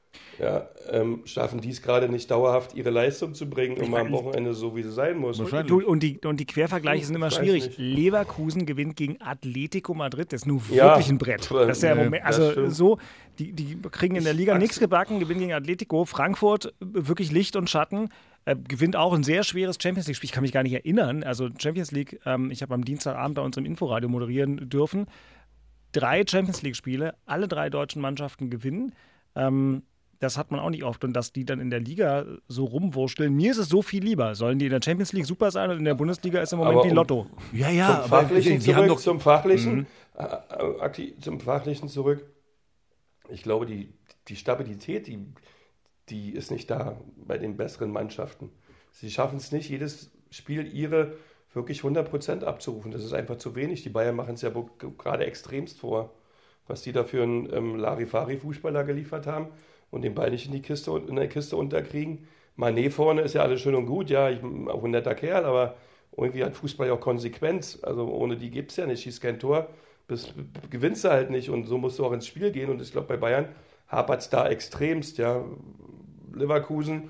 Ja, ähm, schaffen die es gerade nicht dauerhaft, ihre Leistung zu bringen, um am Wochenende so, wie sie sein muss. Du, und, die, und die Quervergleiche sind immer Ich weiß schwierig. nicht. Leverkusen gewinnt gegen Atletico Madrid, das ist nun Ja, wirklich ein Brett. Das ist ja im nee, Moment, das also stimmt. so, die, die kriegen in der Liga Ich- nichts gebacken, gewinnen gegen Atletico. Frankfurt, wirklich Licht und Schatten. Äh, gewinnt auch ein sehr schweres Champions League-Spiel. Ich kann mich gar nicht erinnern. Also Champions League, ähm, ich habe am Dienstagabend bei uns im Inforadio moderieren dürfen. Drei Champions League-Spiele, alle drei deutschen Mannschaften gewinnen. Ähm, das hat man auch nicht oft. Und dass die dann in der Liga so rumwursteln, mir ist es so viel lieber. Sollen die in der Champions League super sein und in der Bundesliga ist im Moment Aber wie um- Lotto. ja, ja, Zum aber Fachlichen wir, wir haben zurück, doch zum Fachlichen, Mhm. äh, äh, akti- zum Fachlichen zurück. Ich glaube, die, die Stabilität, die, die ist nicht da bei den besseren Mannschaften. Sie schaffen es nicht, jedes Spiel ihre wirklich hundert Prozent abzurufen. Das ist einfach zu wenig. Die Bayern machen es ja wo- gerade extremst vor, was die da für einen ähm, Larifari-Fußballer geliefert haben und den Ball nicht in die Kiste in der Kiste unterkriegen. Mané vorne ist ja alles schön und gut, ja, ich bin auch ein netter Kerl, aber irgendwie hat Fußball ja auch Konsequenz. Also ohne die gibt es ja nicht. Schießt kein Tor, bis, gewinnst du halt nicht und so musst du auch ins Spiel gehen. Und ich glaube, bei Bayern hapert es da extremst. Ja. Leverkusen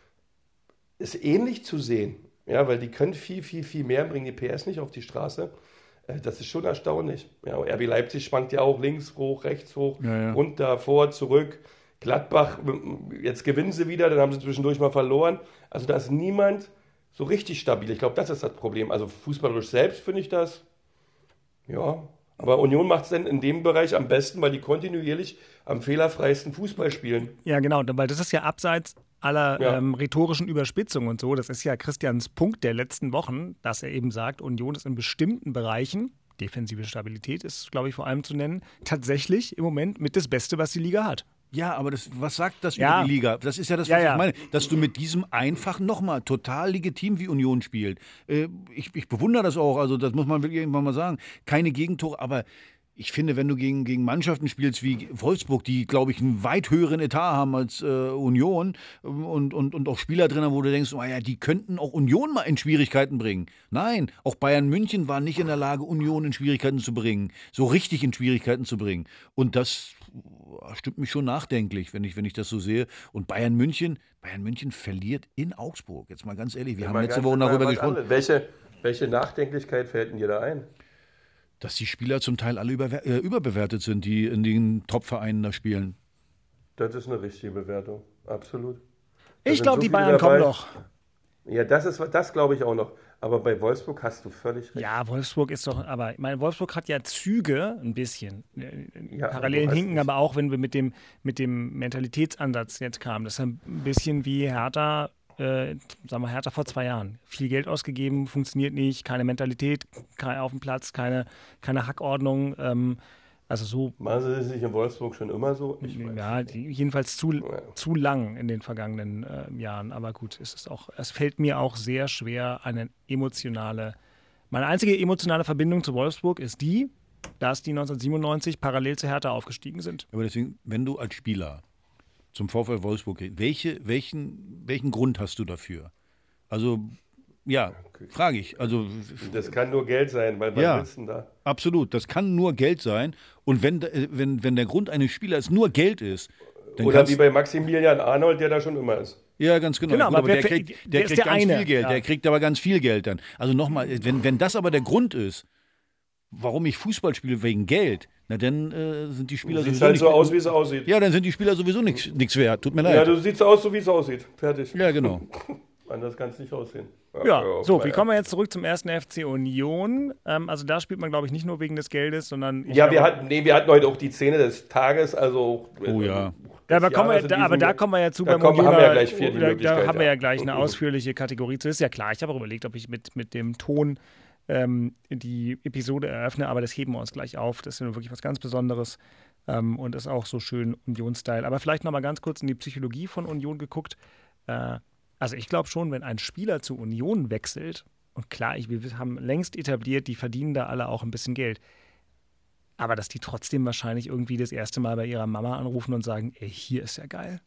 ist ähnlich zu sehen, ja, weil die können viel, viel, viel mehr, bringen die P S nicht auf die Straße. Äh, Das ist schon erstaunlich. Ja, R B Leipzig schwankt ja auch links hoch, rechts hoch, Ja, ja. runter, vor, zurück. Gladbach, jetzt gewinnen sie wieder, dann haben sie zwischendurch mal verloren. Also da ist niemand so richtig stabil. Ich glaube, das ist das Problem. Also fußballerisch selbst finde ich das, ja. Aber Union macht es denn in dem Bereich am besten, weil die kontinuierlich am fehlerfreisten Fußball spielen. Ja, genau, weil das ist ja abseits aller Ja. ähm, rhetorischen Überspitzungen und so. Das ist ja Christians Punkt der letzten Wochen, dass er eben sagt, Union ist in bestimmten Bereichen, defensive Stabilität ist, glaube ich, vor allem zu nennen, tatsächlich im Moment mit das Beste, was die Liga hat. Ja, aber das, was sagt das Ja. über die Liga? Das ist ja das, was Ja, ja. ich meine. Dass du mit diesem einfachen, nochmal, total legitim wie Union spielt. Äh, ich, ich bewundere das auch, also das muss man wirklich irgendwann mal sagen. Keine Gegentore, aber ich finde, wenn du gegen, gegen Mannschaften spielst wie Wolfsburg, die, glaube ich, einen weit höheren Etat haben als äh, Union und, und, und auch Spieler drin haben, wo du denkst, oh ja, die könnten auch Union mal in Schwierigkeiten bringen. Nein, auch Bayern München war nicht in der Lage, Union in Schwierigkeiten zu bringen, so richtig in Schwierigkeiten zu bringen. Und das stimmt mich schon nachdenklich, wenn ich, wenn ich das so sehe. Und Bayern München, Bayern München verliert in Augsburg. Jetzt mal ganz ehrlich, wir Ja, haben mal letzte ganz Woche mal darüber was gesprochen, anderes. Welche, welche Nachdenklichkeit fällt denn dir da ein? dass die Spieler zum Teil alle über, äh, überbewertet sind, die in den Top-Vereinen da spielen. Das ist eine richtige Bewertung, absolut. Da Ich sind glaube, so die viele Bayern dabei. kommen noch. Ja, das ist, das glaube ich auch noch. Aber bei Wolfsburg hast du völlig recht. Ja, Wolfsburg ist doch, aber ich meine, Wolfsburg hat ja Züge, ein bisschen. Ja, Parallelen aber du hinken hast aber auch, wenn wir mit dem, mit dem Mentalitätsansatz jetzt kamen. Das ist ein bisschen wie Hertha äh, sagen wir Hertha vor zwei Jahren. Viel Geld ausgegeben, funktioniert nicht, keine Mentalität, kein auf dem Platz, keine, keine Hackordnung. Ähm, also so. Machen Sie das nicht in Wolfsburg schon immer so? Ich ja, die, jedenfalls zu, ja. zu lang in den vergangenen äh, Jahren. Aber gut, es ist auch, es fällt mir auch sehr schwer, eine emotionale. Meine einzige emotionale Verbindung zu Wolfsburg ist die, dass die neunzehnhundertsiebenundneunzig parallel zu Hertha aufgestiegen sind. Aber deswegen, wenn du als Spieler zum VfL Wolfsburg gehst, welche, welchen, welchen Grund hast du dafür? Also, ja, okay. frage ich. Also, das kann nur Geld sein, weil was ja, willst du denn da? Absolut, das kann nur Geld sein. Und wenn, wenn, wenn der Grund eines Spielers nur Geld ist, dann oder wie bei Maximilian Arnold, der da schon immer ist. Ja, ganz genau. genau Gut, aber aber der wer, kriegt, der der kriegt der ganz eine. viel Geld. Ja. Der kriegt aber ganz viel Geld dann. Also nochmal, wenn, wenn das aber der Grund ist, warum ich Fußball spiele wegen Geld, na dann äh, sind die Spieler sieht sowieso halt nicht, so aus, wie es aussieht. Ja, dann sind die Spieler sowieso nichts wert. Tut mir leid. Ja, du siehst aus, so wie es aussieht. Fertig. Ja, genau. Anders kann es nicht aussehen. Ja, ja so, wie kommen wir jetzt zurück zum ersten F C Union? Ähm, also da spielt man, glaube ich, nicht nur wegen des Geldes, sondern... Ja, wir hatten, nee, wir hatten heute auch die Szene des Tages, also... Oh ja. Ja, aber, kommen wir, da, aber da kommen wir ja zu beim kommen, Union. Haben wir ja gleich vier, die da, da haben wir ja ja. gleich eine ausführliche Kategorie zu. Ist ja klar, ich habe auch überlegt, ob ich mit, mit dem Ton ähm, die Episode eröffne, aber das heben wir uns gleich auf. Das ist ja wirklich was ganz Besonderes ähm, und ist auch so schön Union-Style. Aber vielleicht noch mal ganz kurz in die Psychologie von Union geguckt. Äh, also ich glaube schon, wenn ein Spieler zu Union wechselt, und klar, ich, wir haben längst etabliert, die verdienen da alle auch ein bisschen Geld, aber dass die trotzdem wahrscheinlich irgendwie das erste Mal bei ihrer Mama anrufen und sagen, ey, hier ist ja geil.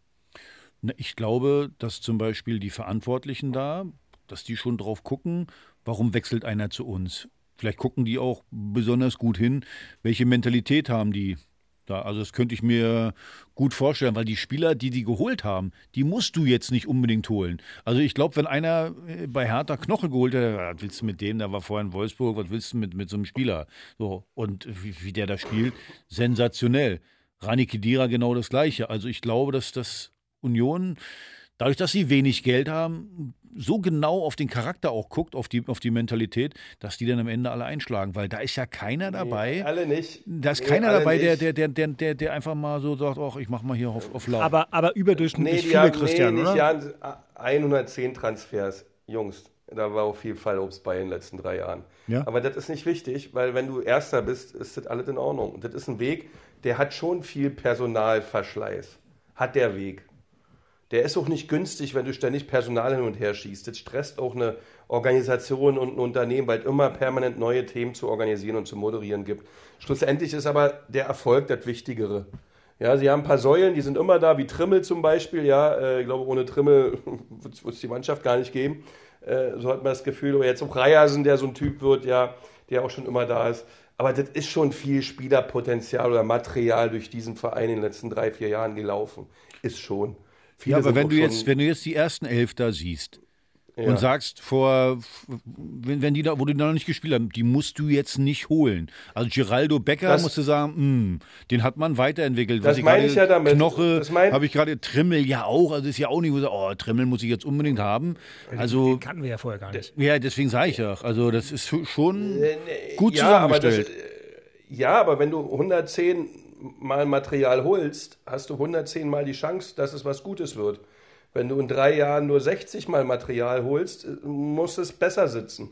Ich glaube, dass zum Beispiel die Verantwortlichen da, dass die schon drauf gucken, warum wechselt einer zu uns. Vielleicht gucken die auch besonders gut hin, welche Mentalität haben die da. Also das könnte ich mir gut vorstellen, weil die Spieler, die die geholt haben, die musst du jetzt nicht unbedingt holen. Also ich glaube, wenn einer bei Hertha Knoche geholt hat, was willst du mit dem, der war vorher in Wolfsburg, was willst du mit, mit so einem Spieler? So, und wie, wie der da spielt, sensationell. Rani Khedira genau das Gleiche. Also ich glaube, dass das Union, dadurch, dass sie wenig Geld haben, so genau auf den Charakter auch guckt, auf die, auf die Mentalität, dass die dann am Ende alle einschlagen. Weil da ist ja keiner dabei. Nee, alle nicht. Da ist nee, keiner dabei, der, nicht. der, der, der, der, der einfach mal so sagt, ach, ich mach mal hier auf, auf laut. Aber, aber überdurchschnittlich nee, viele, haben, Christian, nee, oder? Die haben hundertzehn Transfers. Jungs, da war auch viel Fallobst bei in den letzten drei Jahren. Ja? Aber das ist nicht wichtig, weil wenn du Erster bist, ist das alles in Ordnung. Und das ist ein Weg, der hat schon viel Personalverschleiß. Hat der Weg. Der ist auch nicht günstig, wenn du ständig Personal hin und her schießt. Das stresst auch eine Organisation und ein Unternehmen, weil es immer permanent neue Themen zu organisieren und zu moderieren gibt. Schlussendlich ist aber der Erfolg das Wichtigere. Ja, sie haben ein paar Säulen, die sind immer da, wie Trimmel zum Beispiel. Ja, äh, ich glaube, ohne Trimmel wird es die Mannschaft gar nicht geben. Äh, so hat man das Gefühl. Oder jetzt auch Reiersen, der so ein Typ wird, ja, der auch schon immer da ist. Aber das ist schon viel Spielerpotenzial oder Material durch diesen Verein in den letzten drei, vier Jahren gelaufen. Ist schon. Viele ja, aber wenn du, schon, jetzt, wenn du jetzt die ersten elf da siehst ja. und sagst, vor, wenn, wenn die da, wo die da noch nicht gespielt haben, die musst du jetzt nicht holen. Also Geraldo Becker, das, musst du sagen, mh, den hat man weiterentwickelt. Das meine ich ja damit. Knoche habe ich gerade, Trimmel ja auch, also ist ja auch nicht, wo oh, Trimmel muss ich jetzt unbedingt haben. Also, den kannten wir ja vorher gar nicht. Ja, deswegen sage ich ja, also das ist schon äh, gut ja, zusammengestellt. Aber das, ja, aber wenn du hundertzehn Mal Material holst, hast du hundertzehn Mal die Chance, dass es was Gutes wird. Wenn du in drei Jahren nur sechzig Mal Material holst, muss es besser sitzen.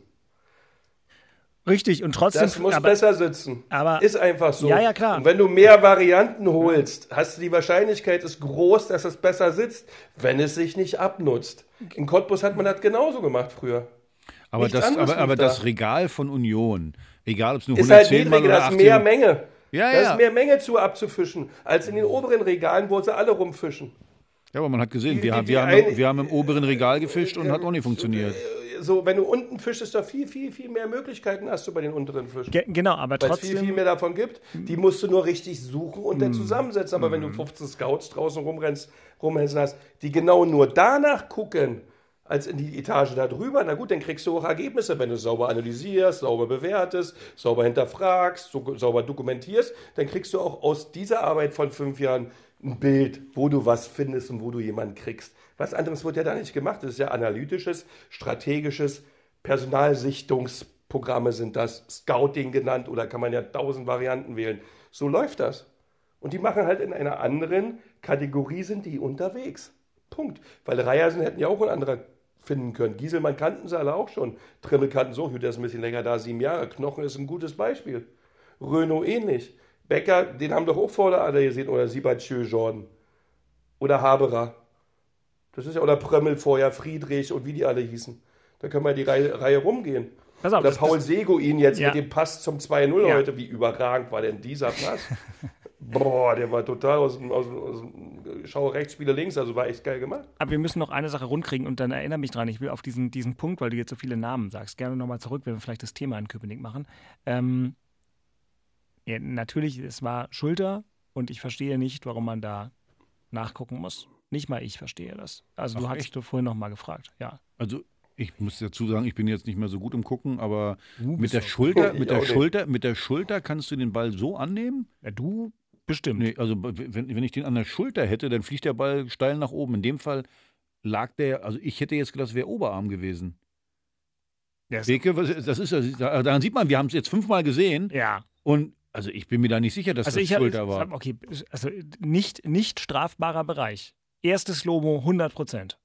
Richtig, und trotzdem... Das muss aber, besser sitzen. Aber, ist einfach so. Ja, ja, klar. Und wenn du mehr Varianten holst, hast du die Wahrscheinlichkeit ist groß, dass es besser sitzt, wenn es sich nicht abnutzt. In Cottbus hat man das genauso gemacht früher. Aber, das, aber, aber da. das Regal von Union, egal ob es nur ist halt hundertzehn Mal niedriger, oder das achtzehn... ist mehr Menge. Ja, da ja. ist mehr Menge zu abzufischen, als in den oberen Regalen, wo sie alle rumfischen. Ja, aber man hat gesehen, die, wir, die, haben, die wir, eine, haben, wir haben im oberen Regal gefischt und äh, hat auch nicht funktioniert. So, wenn du unten fischst, ist da viel, viel, viel mehr Möglichkeiten hast du bei den unteren Fischen. Ge- genau, aber Weil trotzdem... es viel, viel mehr davon gibt. Die musst du nur richtig suchen und dann zusammensetzen. Aber mm. wenn du fünfzehn Scouts draußen rumrennst, rumrennen hast, die genau nur danach gucken, als in die Etage da drüber, na gut, dann kriegst du auch Ergebnisse, wenn du sauber analysierst, sauber bewertest, sauber hinterfragst, so, sauber dokumentierst, dann kriegst du auch aus dieser Arbeit von fünf Jahren ein Bild, wo du was findest und wo du jemanden kriegst. Was anderes wird ja da nicht gemacht. Das ist ja analytisches, strategisches, Personalsichtungsprogramme sind das, Scouting genannt oder kann man ja tausend Varianten wählen. So läuft das. Und die machen halt in einer anderen Kategorie, sind die unterwegs. Punkt. Weil Reiersen hätten ja auch ein anderer finden können. Gieselmann kannten sie alle auch schon. Trimmel kannten so, der ist ein bisschen länger da, sieben Jahre. Knochen ist ein gutes Beispiel. Renault ähnlich. Becker, den haben doch auch vor der Ader gesehen. Oder Sibachö Jordan. Oder Haberer. Das ist ja, oder Prömmel vorher, Friedrich und wie die alle hießen. Da können wir die Reihe, Reihe rumgehen. Pass auf, oder das, Paul das, Seguin jetzt ja. mit dem Pass zum zwei null ja. heute. Wie überragend war denn dieser Pass? Boah, der war total aus dem, aus dem, aus dem Schau rechts, Spiele links, also war echt geil gemacht. Aber wir müssen noch eine Sache rundkriegen und dann erinnere mich dran, ich will auf diesen, diesen Punkt, weil du jetzt so viele Namen sagst, gerne nochmal zurück, wenn wir vielleicht das Thema in Köpenick machen. Ähm, ja, natürlich, es war Schulter und ich verstehe nicht, warum man da nachgucken muss. Nicht mal ich verstehe das. Also Ach, du hattest du vorhin nochmal gefragt, ja. Also ich muss dazu sagen, ich bin jetzt nicht mehr so gut im Gucken, aber du mit der Schulter, mit der Schulter, mit der Schulter kannst du den Ball so annehmen? Ja, du bestimmt. Nee, also wenn, wenn ich den an der Schulter hätte, dann fliegt der Ball steil nach oben. In dem Fall lag der, also ich hätte jetzt gedacht, das wäre Oberarm gewesen. Beke, das ist, daran sieht man, wir haben es jetzt fünfmal gesehen. Ja. Und also ich bin mir da nicht sicher, dass also das ich hab, Schulter war. Okay, also nicht, nicht strafbarer Bereich. Erstes Lobo hundert Prozent.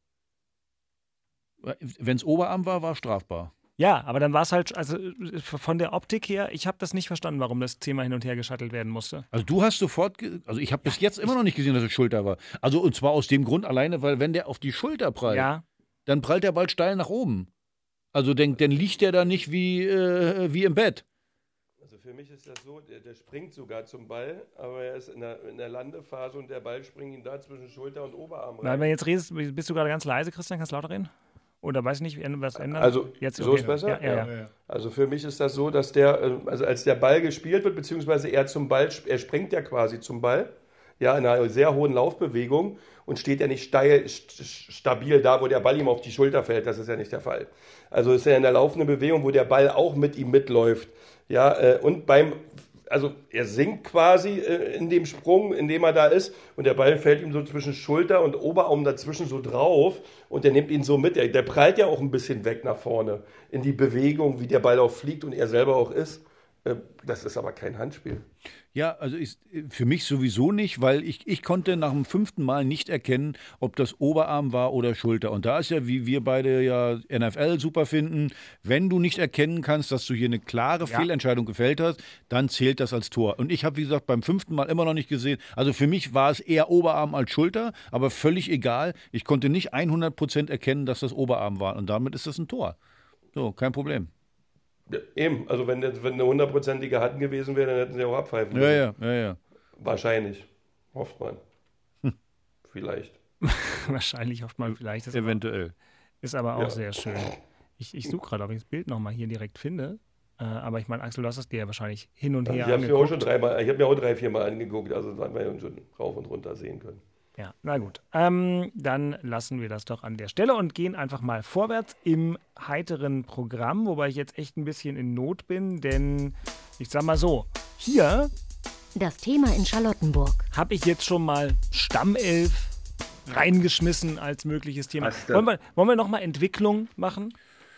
Wenn es Oberarm war, war strafbar. Ja, aber dann war es halt, also von der Optik her, ich habe das nicht verstanden, warum das zehnmal hin und her geschattelt werden musste. Also du hast sofort, also ich habe bis jetzt immer noch nicht gesehen, dass es Schulter war. Also und zwar aus dem Grund alleine, weil wenn der auf die Schulter prallt, ja. dann prallt der Ball steil nach oben. Also dann, dann liegt der da nicht wie, äh, wie im Bett. Also für mich ist das so, der, der springt sogar zum Ball, aber er ist in der, in der Landephase und der Ball springt ihm da zwischen Schulter und Oberarm rein. Nein, wenn jetzt redest, bist du gerade ganz leise, Christian, kannst du lauter reden? Oder weiß nicht, was ändert? Also, jetzt, so okay. ist besser? Ja, ja, ja. Also für mich ist das so, dass der, also als der Ball gespielt wird, beziehungsweise er zum Ball, er springt ja quasi zum Ball, ja, in einer sehr hohen Laufbewegung und steht ja nicht steil, st- stabil da, wo der Ball ihm auf die Schulter fällt. Das ist ja nicht der Fall. Also ist er in der laufenden Bewegung, wo der Ball auch mit ihm mitläuft. Ja, und beim, also er sinkt quasi in dem Sprung, in dem er da ist und der Ball fällt ihm so zwischen Schulter und Oberarm dazwischen so drauf und der nimmt ihn so mit. Der, der prallt ja auch ein bisschen weg nach vorne in die Bewegung, wie der Ball auch fliegt und er selber auch ist. Das ist aber kein Handspiel. Ja, also ist für mich sowieso nicht, weil ich, ich konnte nach dem fünften Mal nicht erkennen, ob das Oberarm war oder Schulter. Und da ist ja, wie wir beide ja N F L super finden, wenn du nicht erkennen kannst, dass du hier eine klare ja. Fehlentscheidung gefällt hast, dann zählt das als Tor. Und ich habe, wie gesagt, beim fünften Mal immer noch nicht gesehen. Also für mich war es eher Oberarm als Schulter, aber völlig egal. Ich konnte nicht hundert Prozent erkennen, dass das Oberarm war. Und damit ist das ein Tor. So, kein Problem. Ja, eben, also wenn, wenn eine hundertprozentige Hand gewesen wäre, dann hätten sie auch abpfeifen müssen. Ja, ja, ja, ja. Wahrscheinlich. Hofft man. Hm. Vielleicht. Wahrscheinlich hofft man vielleicht. Ist Eventuell. Aber, ist aber auch ja. sehr schön. Ich, ich suche gerade, ob ich das Bild nochmal hier direkt finde. Äh, aber ich meine, Axel, du hast es dir ja wahrscheinlich hin und her ich angeguckt. Ich habe mir auch schon dreimal, ich habe mir auch drei, vier Mal angeguckt, also das haben wir schon rauf und runter sehen können. Ja, na gut. Ähm, dann lassen wir das doch an der Stelle und gehen einfach mal vorwärts im heiteren Programm, wobei ich jetzt echt ein bisschen in Not bin, denn ich sag mal so, hier das Thema in Charlottenburg habe ich jetzt schon mal Stammelf reingeschmissen als mögliches Thema. Wollen wir, wollen wir nochmal Entwicklung machen?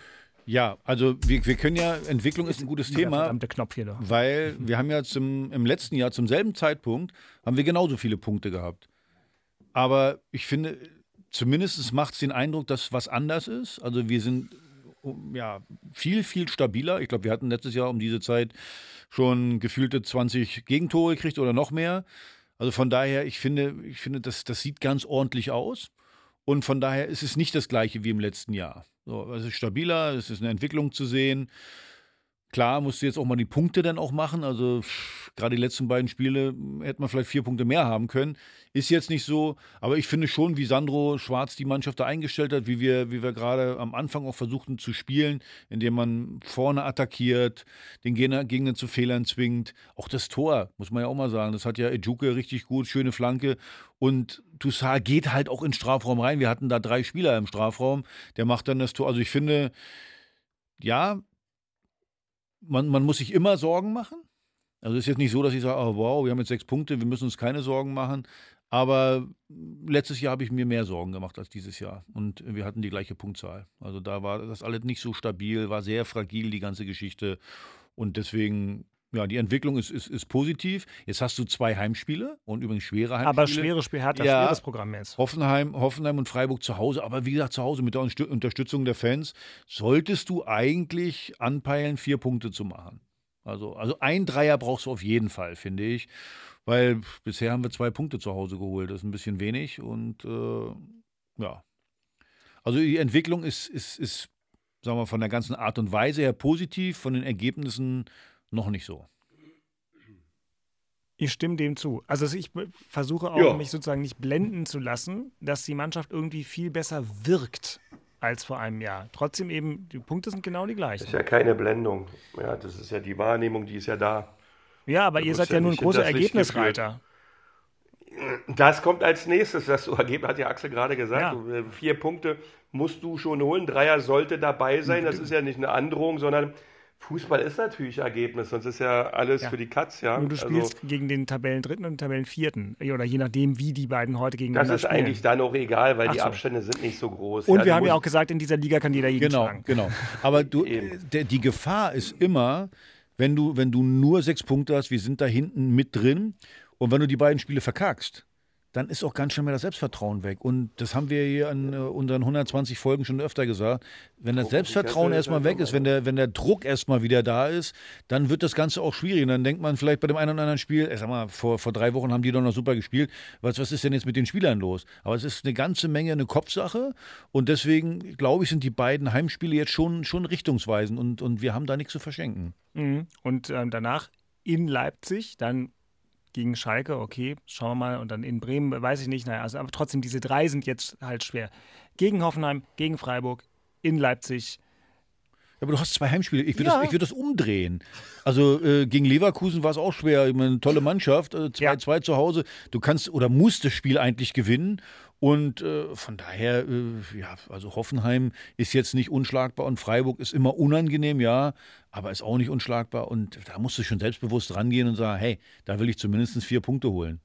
Ja, also wir, wir können ja, Entwicklung ist ein gutes Thema, verdammte Knopf hier doch. Weil wir haben ja zum, im letzten Jahr zum selben Zeitpunkt haben wir genauso viele Punkte gehabt. Aber ich finde, zumindest macht es den Eindruck, dass was anders ist. Also wir sind ja viel, viel stabiler. Ich glaube, wir hatten letztes Jahr um diese Zeit schon gefühlte zwanzig Gegentore gekriegt oder noch mehr. Also von daher, ich finde, ich finde das, das sieht ganz ordentlich aus. Und von daher ist es nicht das Gleiche wie im letzten Jahr. So, es ist stabiler, es ist eine Entwicklung zu sehen. Klar, musst du jetzt auch mal die Punkte dann auch machen. Also gerade die letzten beiden Spiele hätte man vielleicht vier Punkte mehr haben können. Ist jetzt nicht so. Aber ich finde schon, wie Sandro Schwarz die Mannschaft da eingestellt hat, wie wir, wie wir gerade am Anfang auch versuchten zu spielen, indem man vorne attackiert, den Gegner, Gegner zu Fehlern zwingt. Auch das Tor, muss man ja auch mal sagen. Das hat ja Ejuke richtig gut, schöne Flanke. Und Toussaint geht halt auch in den Strafraum rein. Wir hatten da drei Spieler im Strafraum. Der macht dann das Tor. Also ich finde, ja, Man, man muss sich immer Sorgen machen. Also es ist jetzt nicht so, dass ich sage, oh, wow, wir haben jetzt sechs Punkte, wir müssen uns keine Sorgen machen. Aber letztes Jahr habe ich mir mehr Sorgen gemacht als dieses Jahr. Und wir hatten die gleiche Punktzahl. Also da war das alles nicht so stabil, war sehr fragil, die ganze Geschichte. Und deswegen, Ja, die Entwicklung ist, ist, ist positiv. Jetzt hast du zwei Heimspiele und übrigens schwere Heimspiele. Aber schwere Spiel, hat ja schweres Programm jetzt. Hoffenheim, Hoffenheim und Freiburg zu Hause. Aber wie gesagt, zu Hause mit der Unterstützung der Fans solltest du eigentlich anpeilen, vier Punkte zu machen. Also, also ein Dreier brauchst du auf jeden Fall, finde ich. Weil bisher haben wir zwei Punkte zu Hause geholt. Das ist ein bisschen wenig. Und äh, ja. Also die Entwicklung ist, ist, ist, sagen wir, von der ganzen Art und Weise her positiv, von den Ergebnissen noch nicht so. Ich stimme dem zu. Also ich versuche auch, ja. mich sozusagen nicht blenden zu lassen, dass die Mannschaft irgendwie viel besser wirkt als vor einem Jahr. Trotzdem eben, die Punkte sind genau die gleichen. Das ist ja keine Blendung. Ja, das ist ja die Wahrnehmung, die ist ja da. Ja, aber du ihr seid ja, ja nun ein großer Ergebnisreiter. Das kommt als nächstes. Das Ergebnis hat ja Axel gerade gesagt. Ja. Vier Punkte musst du schon holen. Dreier sollte dabei sein. Das ist ja nicht eine Androhung, sondern Fußball ist natürlich Ergebnis, sonst ist ja alles ja. für die Katz. Ja? Und du spielst also, gegen den Tabellendritten und den Tabellenvierten. Oder je nachdem, wie die beiden heute gegeneinander spielen. Das ist eigentlich dann auch egal, weil Ach die so. Abstände sind nicht so groß. Und ja, wir haben ja auch gesagt, in dieser Liga kann jeder jeden genau, schlagen. Genau, aber du, der, die Gefahr ist immer, wenn du, wenn du nur sechs Punkte hast, wir sind da hinten mit drin und wenn du die beiden Spiele verkackst, dann ist auch ganz schnell mal das Selbstvertrauen weg. Und das haben wir hier an äh, unseren hundertzwanzig Folgen schon öfter gesagt. Wenn das Selbstvertrauen erstmal weg ist, wenn der, wenn der Druck erstmal wieder da ist, dann wird das Ganze auch schwierig. Und dann denkt man vielleicht bei dem einen oder anderen Spiel, ich sag mal, vor, vor drei Wochen haben die doch noch super gespielt. Was, was ist denn jetzt mit den Spielern los? Aber es ist eine ganze Menge eine Kopfsache. Und deswegen, glaube ich, sind die beiden Heimspiele jetzt schon, schon richtungsweisend. Und, und wir haben da nichts zu verschenken. Mhm. Und ähm, danach in Leipzig, dann gegen Schalke, okay, schauen wir mal. Und dann in Bremen, weiß ich nicht. Naja, also, aber trotzdem, diese drei sind jetzt halt schwer. Gegen Hoffenheim, gegen Freiburg, in Leipzig. Ja, aber du hast zwei Heimspiele. Ich würde ja. das, würd das umdrehen. Also äh, gegen Leverkusen war es auch schwer. Ich meine, eine tolle Mannschaft, äh, zwei zwei ja. zu Hause. Du kannst oder musst das Spiel eigentlich gewinnen. Und äh, von daher, äh, ja, also Hoffenheim ist jetzt nicht unschlagbar und Freiburg ist immer unangenehm, ja, aber ist auch nicht unschlagbar. Und da musst du schon selbstbewusst rangehen und sagen, hey, da will ich zumindest vier Punkte holen.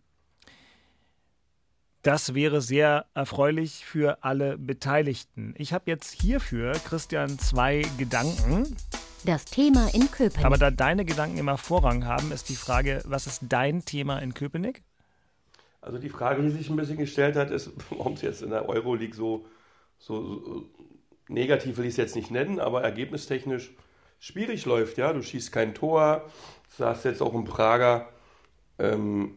Das wäre sehr erfreulich für alle Beteiligten. Ich habe jetzt hierfür, Christian, zwei Gedanken. Das Thema in Köpenick. Aber da deine Gedanken immer Vorrang haben, ist die Frage, was ist dein Thema in Köpenick? Also die Frage, die sich ein bisschen gestellt hat, ist, warum es jetzt in der Euroleague so, so, so negativ will ich es jetzt nicht nennen, aber ergebnistechnisch schwierig läuft. Ja, du schießt kein Tor, du hast jetzt auch im Prager, ähm,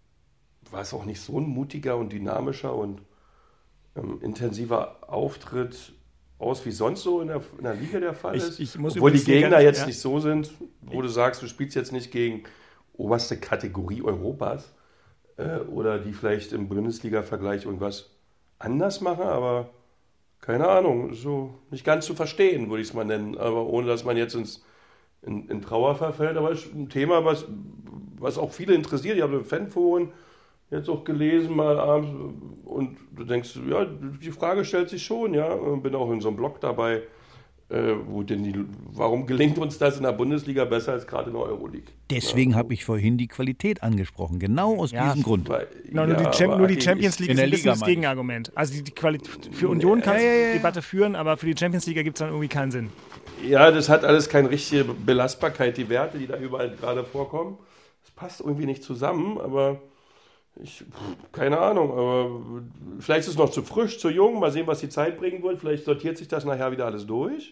war es auch nicht so ein mutiger und dynamischer und ähm, intensiver Auftritt aus, wie sonst so in der, in der Liga der Fall ist. Ich, ich muss Obwohl die Gegner nicht, jetzt ja. nicht so sind, wo du sagst, du spielst jetzt nicht gegen oberste Kategorie Europas äh, oder die vielleicht im Bundesliga-Vergleich irgendwas anders machen, aber keine Ahnung, so nicht ganz zu verstehen, würde ich es mal nennen, aber ohne, dass man jetzt ins, in, in Trauer verfällt. Aber es ist ein Thema, was, was auch viele interessiert. Ich habe im Fanforen jetzt auch gelesen mal abends und du denkst, ja, die Frage stellt sich schon, ja, bin auch in so einem Blog dabei, äh, wo denn die, warum gelingt uns das in der Bundesliga besser als gerade in der Euroleague? Deswegen ja, habe ich vorhin die Qualität angesprochen, genau aus ja, diesem Grund. Weil, genau, nur, ja, die Champ- nur die Champions League ist ein bisschen das Gegenargument. Also die, die Qualität für Union kannst du ja, ja, ja. Debatte führen, aber für die Champions League gibt es dann irgendwie keinen Sinn. Ja, das hat alles keine richtige Belastbarkeit, die Werte, die da überall gerade vorkommen. Das passt irgendwie nicht zusammen, aber Ich, keine Ahnung, aber vielleicht ist es noch zu frisch, zu jung. Mal sehen, was die Zeit bringen wird. Vielleicht sortiert sich das nachher wieder alles durch.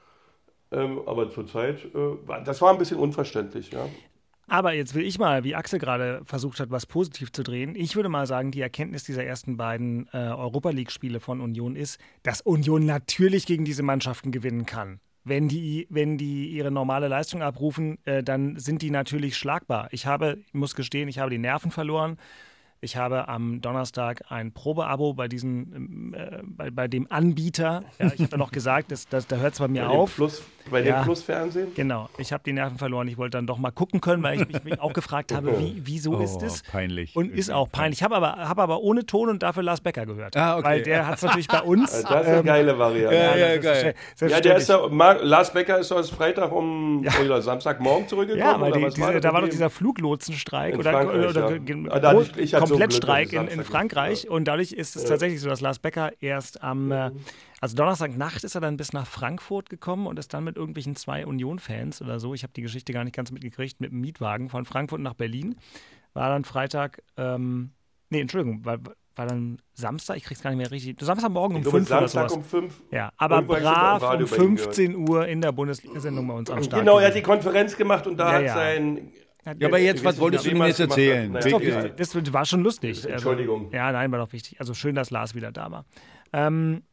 Ähm, aber zurzeit, äh, das war ein bisschen unverständlich, ja. Aber jetzt will ich mal, wie Axel gerade versucht hat, was positiv zu drehen. Ich würde mal sagen, die Erkenntnis dieser ersten beiden äh, Europa-League-Spiele von Union ist, dass Union natürlich gegen diese Mannschaften gewinnen kann. Wenn die, wenn die ihre normale Leistung abrufen, äh, dann sind die natürlich schlagbar. Ich habe, ich muss gestehen, ich habe die Nerven verloren. Ich habe am Donnerstag ein Probeabo bei diesem, äh, bei, bei dem Anbieter. Ja, ich habe ja noch gesagt, das, das, da hört es bei mir bei auf. Plus, bei ja, dem Plus-Fernsehen? Genau. Ich habe die Nerven verloren. Ich wollte dann doch mal gucken können, weil ich mich, mich auch gefragt habe, wie, wieso oh, ist es? Peinlich. Und ist auch peinlich. Ich habe aber, hab aber ohne Ton und dafür Lars Becker gehört. Ah, okay. Weil der hat es natürlich bei uns. Das ist eine ähm, geile Variante. Ja, ja, ja, geil. Ja, der ist ja, Lars Becker ist aus Freitag um ja. oder Samstagmorgen zurückgekommen. Ja, weil oder die, was diese, war da war doch dieser Fluglotsenstreik. In oder, Frankreich, oder, ja. oder ah, da hatte ich, ich hatte Komplettstreik so in, in Frankreich. Ja. Und dadurch ist es ja. tatsächlich so, dass Lars Becker erst am, äh, also Donnerstagnacht ist er dann bis nach Frankfurt gekommen und ist dann mit irgendwelchen zwei Union-Fans oder so, ich habe die Geschichte gar nicht ganz mitgekriegt, mit einem Mietwagen von Frankfurt nach Berlin. War dann Freitag, ähm, nee, Entschuldigung, war, war dann Samstag, ich krieg's gar nicht mehr richtig, Samstagmorgen um fünf oder sowas. um fünf. Ja, aber brav um fünfzehn Uhr in der Bundesliga-Sendung bei uns am Start. Genau, er hat die Konferenz gemacht und da ja, hat ja. sein... Ja, aber jetzt, was wolltest du mir jetzt erzählen? Das, das war schon lustig. Entschuldigung. Also, ja, nein, war doch wichtig. Also schön, dass Lars wieder da war. Ähm,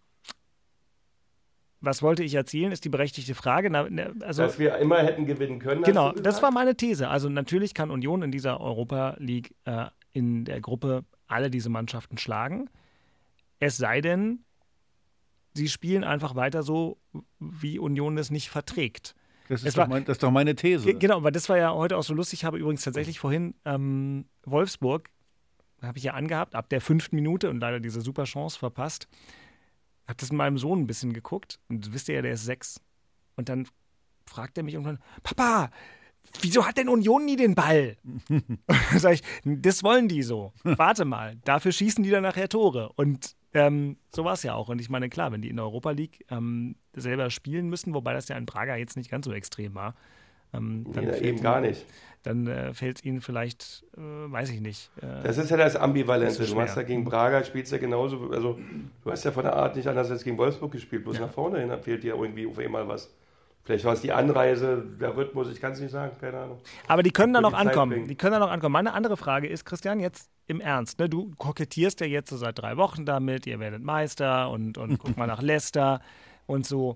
was wollte ich erzählen, ist die berechtigte Frage. Na, also, dass wir immer hätten gewinnen können. Genau, das war meine These. Also natürlich kann Union in dieser Europa League äh, in der Gruppe alle diese Mannschaften schlagen. Es sei denn, sie spielen einfach weiter so, wie Union es nicht verträgt. Das ist, doch mein, das ist doch meine These. G- genau, aber das war ja heute auch so lustig. Ich habe übrigens tatsächlich vorhin ähm, Wolfsburg, habe ich ja angehabt, ab der fünften Minute und leider diese super Chance verpasst. Habe das mit meinem Sohn ein bisschen geguckt und wisst ihr ja, der ist sechs. Und dann fragt er mich irgendwann, Papa, wieso hat denn Union nie den Ball? Sag ich, das wollen die so. Warte mal, dafür schießen die dann nachher Tore. Und ähm, so war es ja auch. Und ich meine, klar, wenn die in der Europa League ähm, selber spielen müssen, wobei das ja in Braga jetzt nicht ganz so extrem war, ähm, dann nee, eben gar nicht. Dann äh, fällt es ihnen vielleicht, äh, weiß ich nicht. Äh, das ist ja das Ambivalente. Das ist du hast ja gegen Braga, spielst ja genauso, also du hast ja von der Art nicht anders als gegen Wolfsburg gespielt, bloß ja. nach vorne hin fehlt dir irgendwie auf einmal was. Vielleicht war es die Anreise, der Rhythmus, ich kann es nicht sagen, keine Ahnung. Aber die können da noch ankommen. Die können da noch ankommen. Meine andere Frage ist, Christian, jetzt im Ernst, ne? Du kokettierst ja jetzt so seit drei Wochen damit, ihr werdet Meister und, und guck mal nach Leicester und so.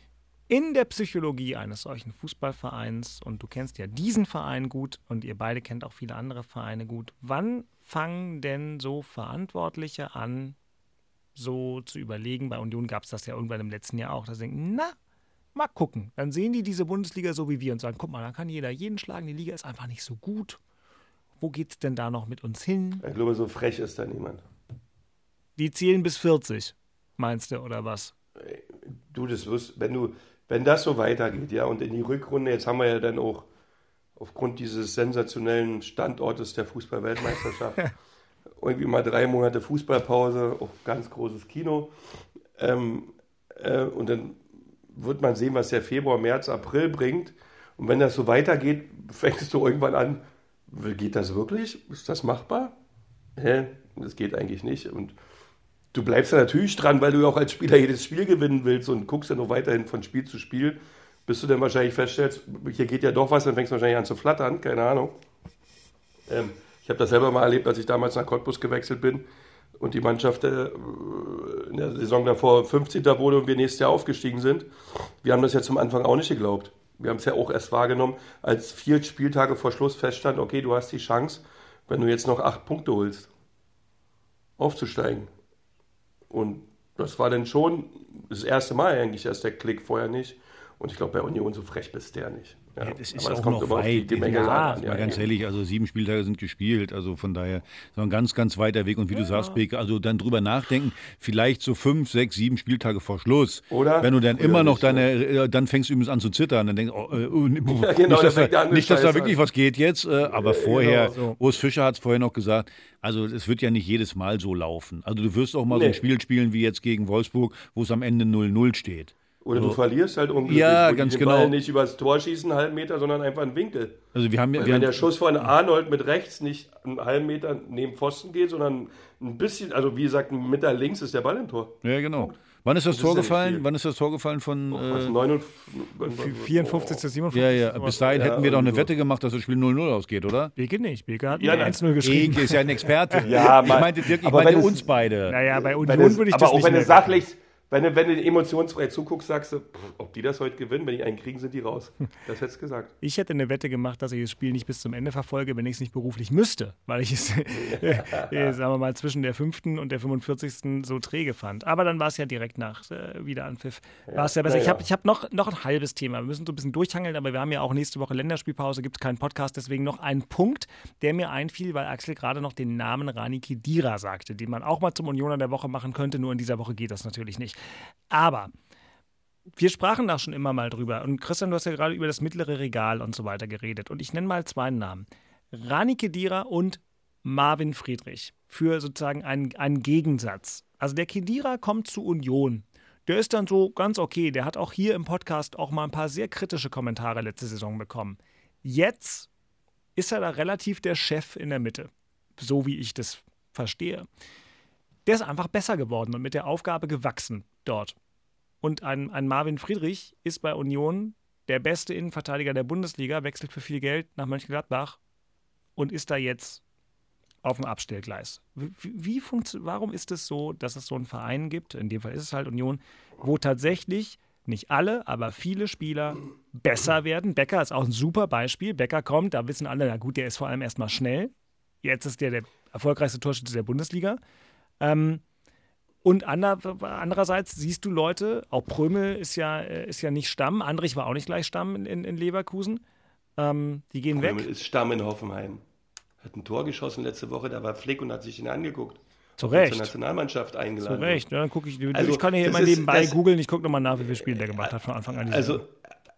In der Psychologie eines solchen Fußballvereins, und du kennst ja diesen Verein gut und ihr beide kennt auch viele andere Vereine gut, wann fangen denn so Verantwortliche an, so zu überlegen? Bei Union gab es das ja irgendwann im letzten Jahr auch, dass sie denken, na, mal gucken. Dann sehen die diese Bundesliga so wie wir und sagen, guck mal, da kann jeder jeden schlagen, die Liga ist einfach nicht so gut. Wo geht's denn da noch mit uns hin? Ich glaube, so frech ist da niemand. Die zählen bis vierzig, meinst du, oder was? Du, das wirst, wenn du, wenn das so weitergeht, ja, und in die Rückrunde, jetzt haben wir ja dann auch aufgrund dieses sensationellen Standortes der Fußball-Weltmeisterschaft irgendwie mal drei Monate Fußballpause, auch ganz großes Kino. Ähm, äh, und dann wird man sehen, was der Februar, März, April bringt. Und wenn das so weitergeht, fängst du irgendwann an, geht das wirklich? Ist das machbar? Hä? Das geht eigentlich nicht. Und du bleibst da natürlich dran, weil du auch als Spieler jedes Spiel gewinnen willst und guckst dann noch weiterhin von Spiel zu Spiel, bis du dann wahrscheinlich feststellst, hier geht ja doch was, dann fängst du wahrscheinlich an zu flattern, keine Ahnung. Ähm, ich habe das selber mal erlebt, als ich damals nach Cottbus gewechselt bin und die Mannschaft äh, in der Saison davor fünfzehnter wurde und wir nächstes Jahr aufgestiegen sind. Wir haben das ja zum Anfang auch nicht geglaubt. Wir haben es ja auch erst wahrgenommen, als vier Spieltage vor Schluss feststand, okay, du hast die Chance, wenn du jetzt noch acht Punkte holst, aufzusteigen. Und das war dann schon das erste Mal eigentlich erst der Klick, vorher nicht. Und ich glaube, bei Union so frech bist der nicht. Ja. Ja, das ist aber das auch kommt noch weit. Die Menge ja, an. Ja, mal ganz ja. ehrlich, also sieben Spieltage sind gespielt, also von daher so ein ganz, ganz weiter Weg. Und wie ja. du sagst, Beke, also dann drüber nachdenken, vielleicht so fünf, sechs, sieben Spieltage vor Schluss. Oder? Wenn du dann Oder immer noch deine, äh, dann fängst du übrigens an zu zittern, dann denkst du, oh, äh, oh, ja, genau, nicht, dass da, nicht dass da wirklich was geht jetzt, äh, aber vorher, genau, so. Urs Fischer hat es vorher noch gesagt, also es wird ja nicht jedes Mal so laufen. Also du wirst auch mal nee. so ein Spiel spielen wie jetzt gegen Wolfsburg, wo es am Ende null null steht. Oder so. Du verlierst halt unglücklich. Ja, ganz den genau. Ball nicht übers Tor schießen, einen halben Meter, sondern einfach einen Winkel. Also wir haben, Weil wir wenn haben, der Schuss von Arnold mit rechts nicht einen halben Meter neben Pfosten geht, sondern ein bisschen, also wie gesagt, ein Meter links ist der Ball im Tor. Ja, genau. Punkt. Wann ist das, das Tor ist gefallen? Wann ist das Tor gefallen von oh, vierundfünfzigsten vierundfünfzigsten Ja, ja. Bis dahin hätten wir doch eine Wette gemacht, dass das Spiel null null ausgeht, oder? Beke nicht. Beke hat ja, eins null geschrieben. Beke ist ja ein Experte. ja, ich meinte Dirk, ich meinte uns beide. Naja, bei Union würde ich aber das auch nicht wenn mehr du sachlich, wenn du, wenn du emotionsfrei zuguckst, sagst du, pff, ob die das heute gewinnen, wenn die einen kriegen, sind die raus. Das hättest du gesagt. Ich hätte eine Wette gemacht, dass ich das Spiel nicht bis zum Ende verfolge, wenn ich es nicht beruflich müsste, weil ich es, äh, sagen wir mal, zwischen der fünften und der fünfundvierzigsten so träge fand. Aber dann war es ja direkt nach äh, Wiederanpfiff. Ja, war es ja besser. Ja. Ich habe ich hab noch, noch ein halbes Thema. Wir müssen so ein bisschen durchhangeln, aber wir haben ja auch nächste Woche Länderspielpause, gibt es keinen Podcast, deswegen noch einen Punkt, der mir einfiel, weil Axel gerade noch den Namen Rani Khedira sagte, den man auch mal zum Unioner der Woche machen könnte, nur in dieser Woche geht das natürlich nicht. Aber wir sprachen da schon immer mal drüber. Und Christian, du hast ja gerade über das mittlere Regal und so weiter geredet. Und ich nenne mal zwei Namen. Rani Khedira und Marvin Friedrich für sozusagen einen, einen Gegensatz. Also der Khedira kommt zu Union. Der ist dann so ganz okay. Der hat auch hier im Podcast auch mal ein paar sehr kritische Kommentare letzte Saison bekommen. Jetzt ist er da relativ der Chef in der Mitte, so wie ich das verstehe. Der ist einfach besser geworden und mit der Aufgabe gewachsen dort. Und ein, ein Marvin Friedrich ist bei Union der beste Innenverteidiger der Bundesliga, wechselt für viel Geld nach Mönchengladbach und ist da jetzt auf dem Abstellgleis. Wie, wie funktio- warum ist es so, dass es so einen Verein gibt, in dem Fall ist es halt Union, wo tatsächlich nicht alle, aber viele Spieler besser werden? Becker ist auch ein super Beispiel. Becker kommt, da wissen alle, na gut, der ist vor allem erstmal schnell. Jetzt ist der der erfolgreichste Torschütze der Bundesliga. Ähm, und ander, andererseits siehst du Leute, auch Prömel ist ja, ist ja nicht Stamm, Andrich war auch nicht gleich Stamm in, in, in Leverkusen. Ähm, die gehen Prömel weg. ist Stamm in Hoffenheim. Hat ein Tor geschossen letzte Woche, da war Flick und hat sich ihn angeguckt. Zu Recht. Zur Nationalmannschaft eingeladen. Zu Recht, ja, dann gucke ich, Also, ich kann ja hier das immer ist- nebenbei das- googeln, ich gucke nochmal nach, wie viele Spiele der gemacht hat von Anfang an. die Also, Saison.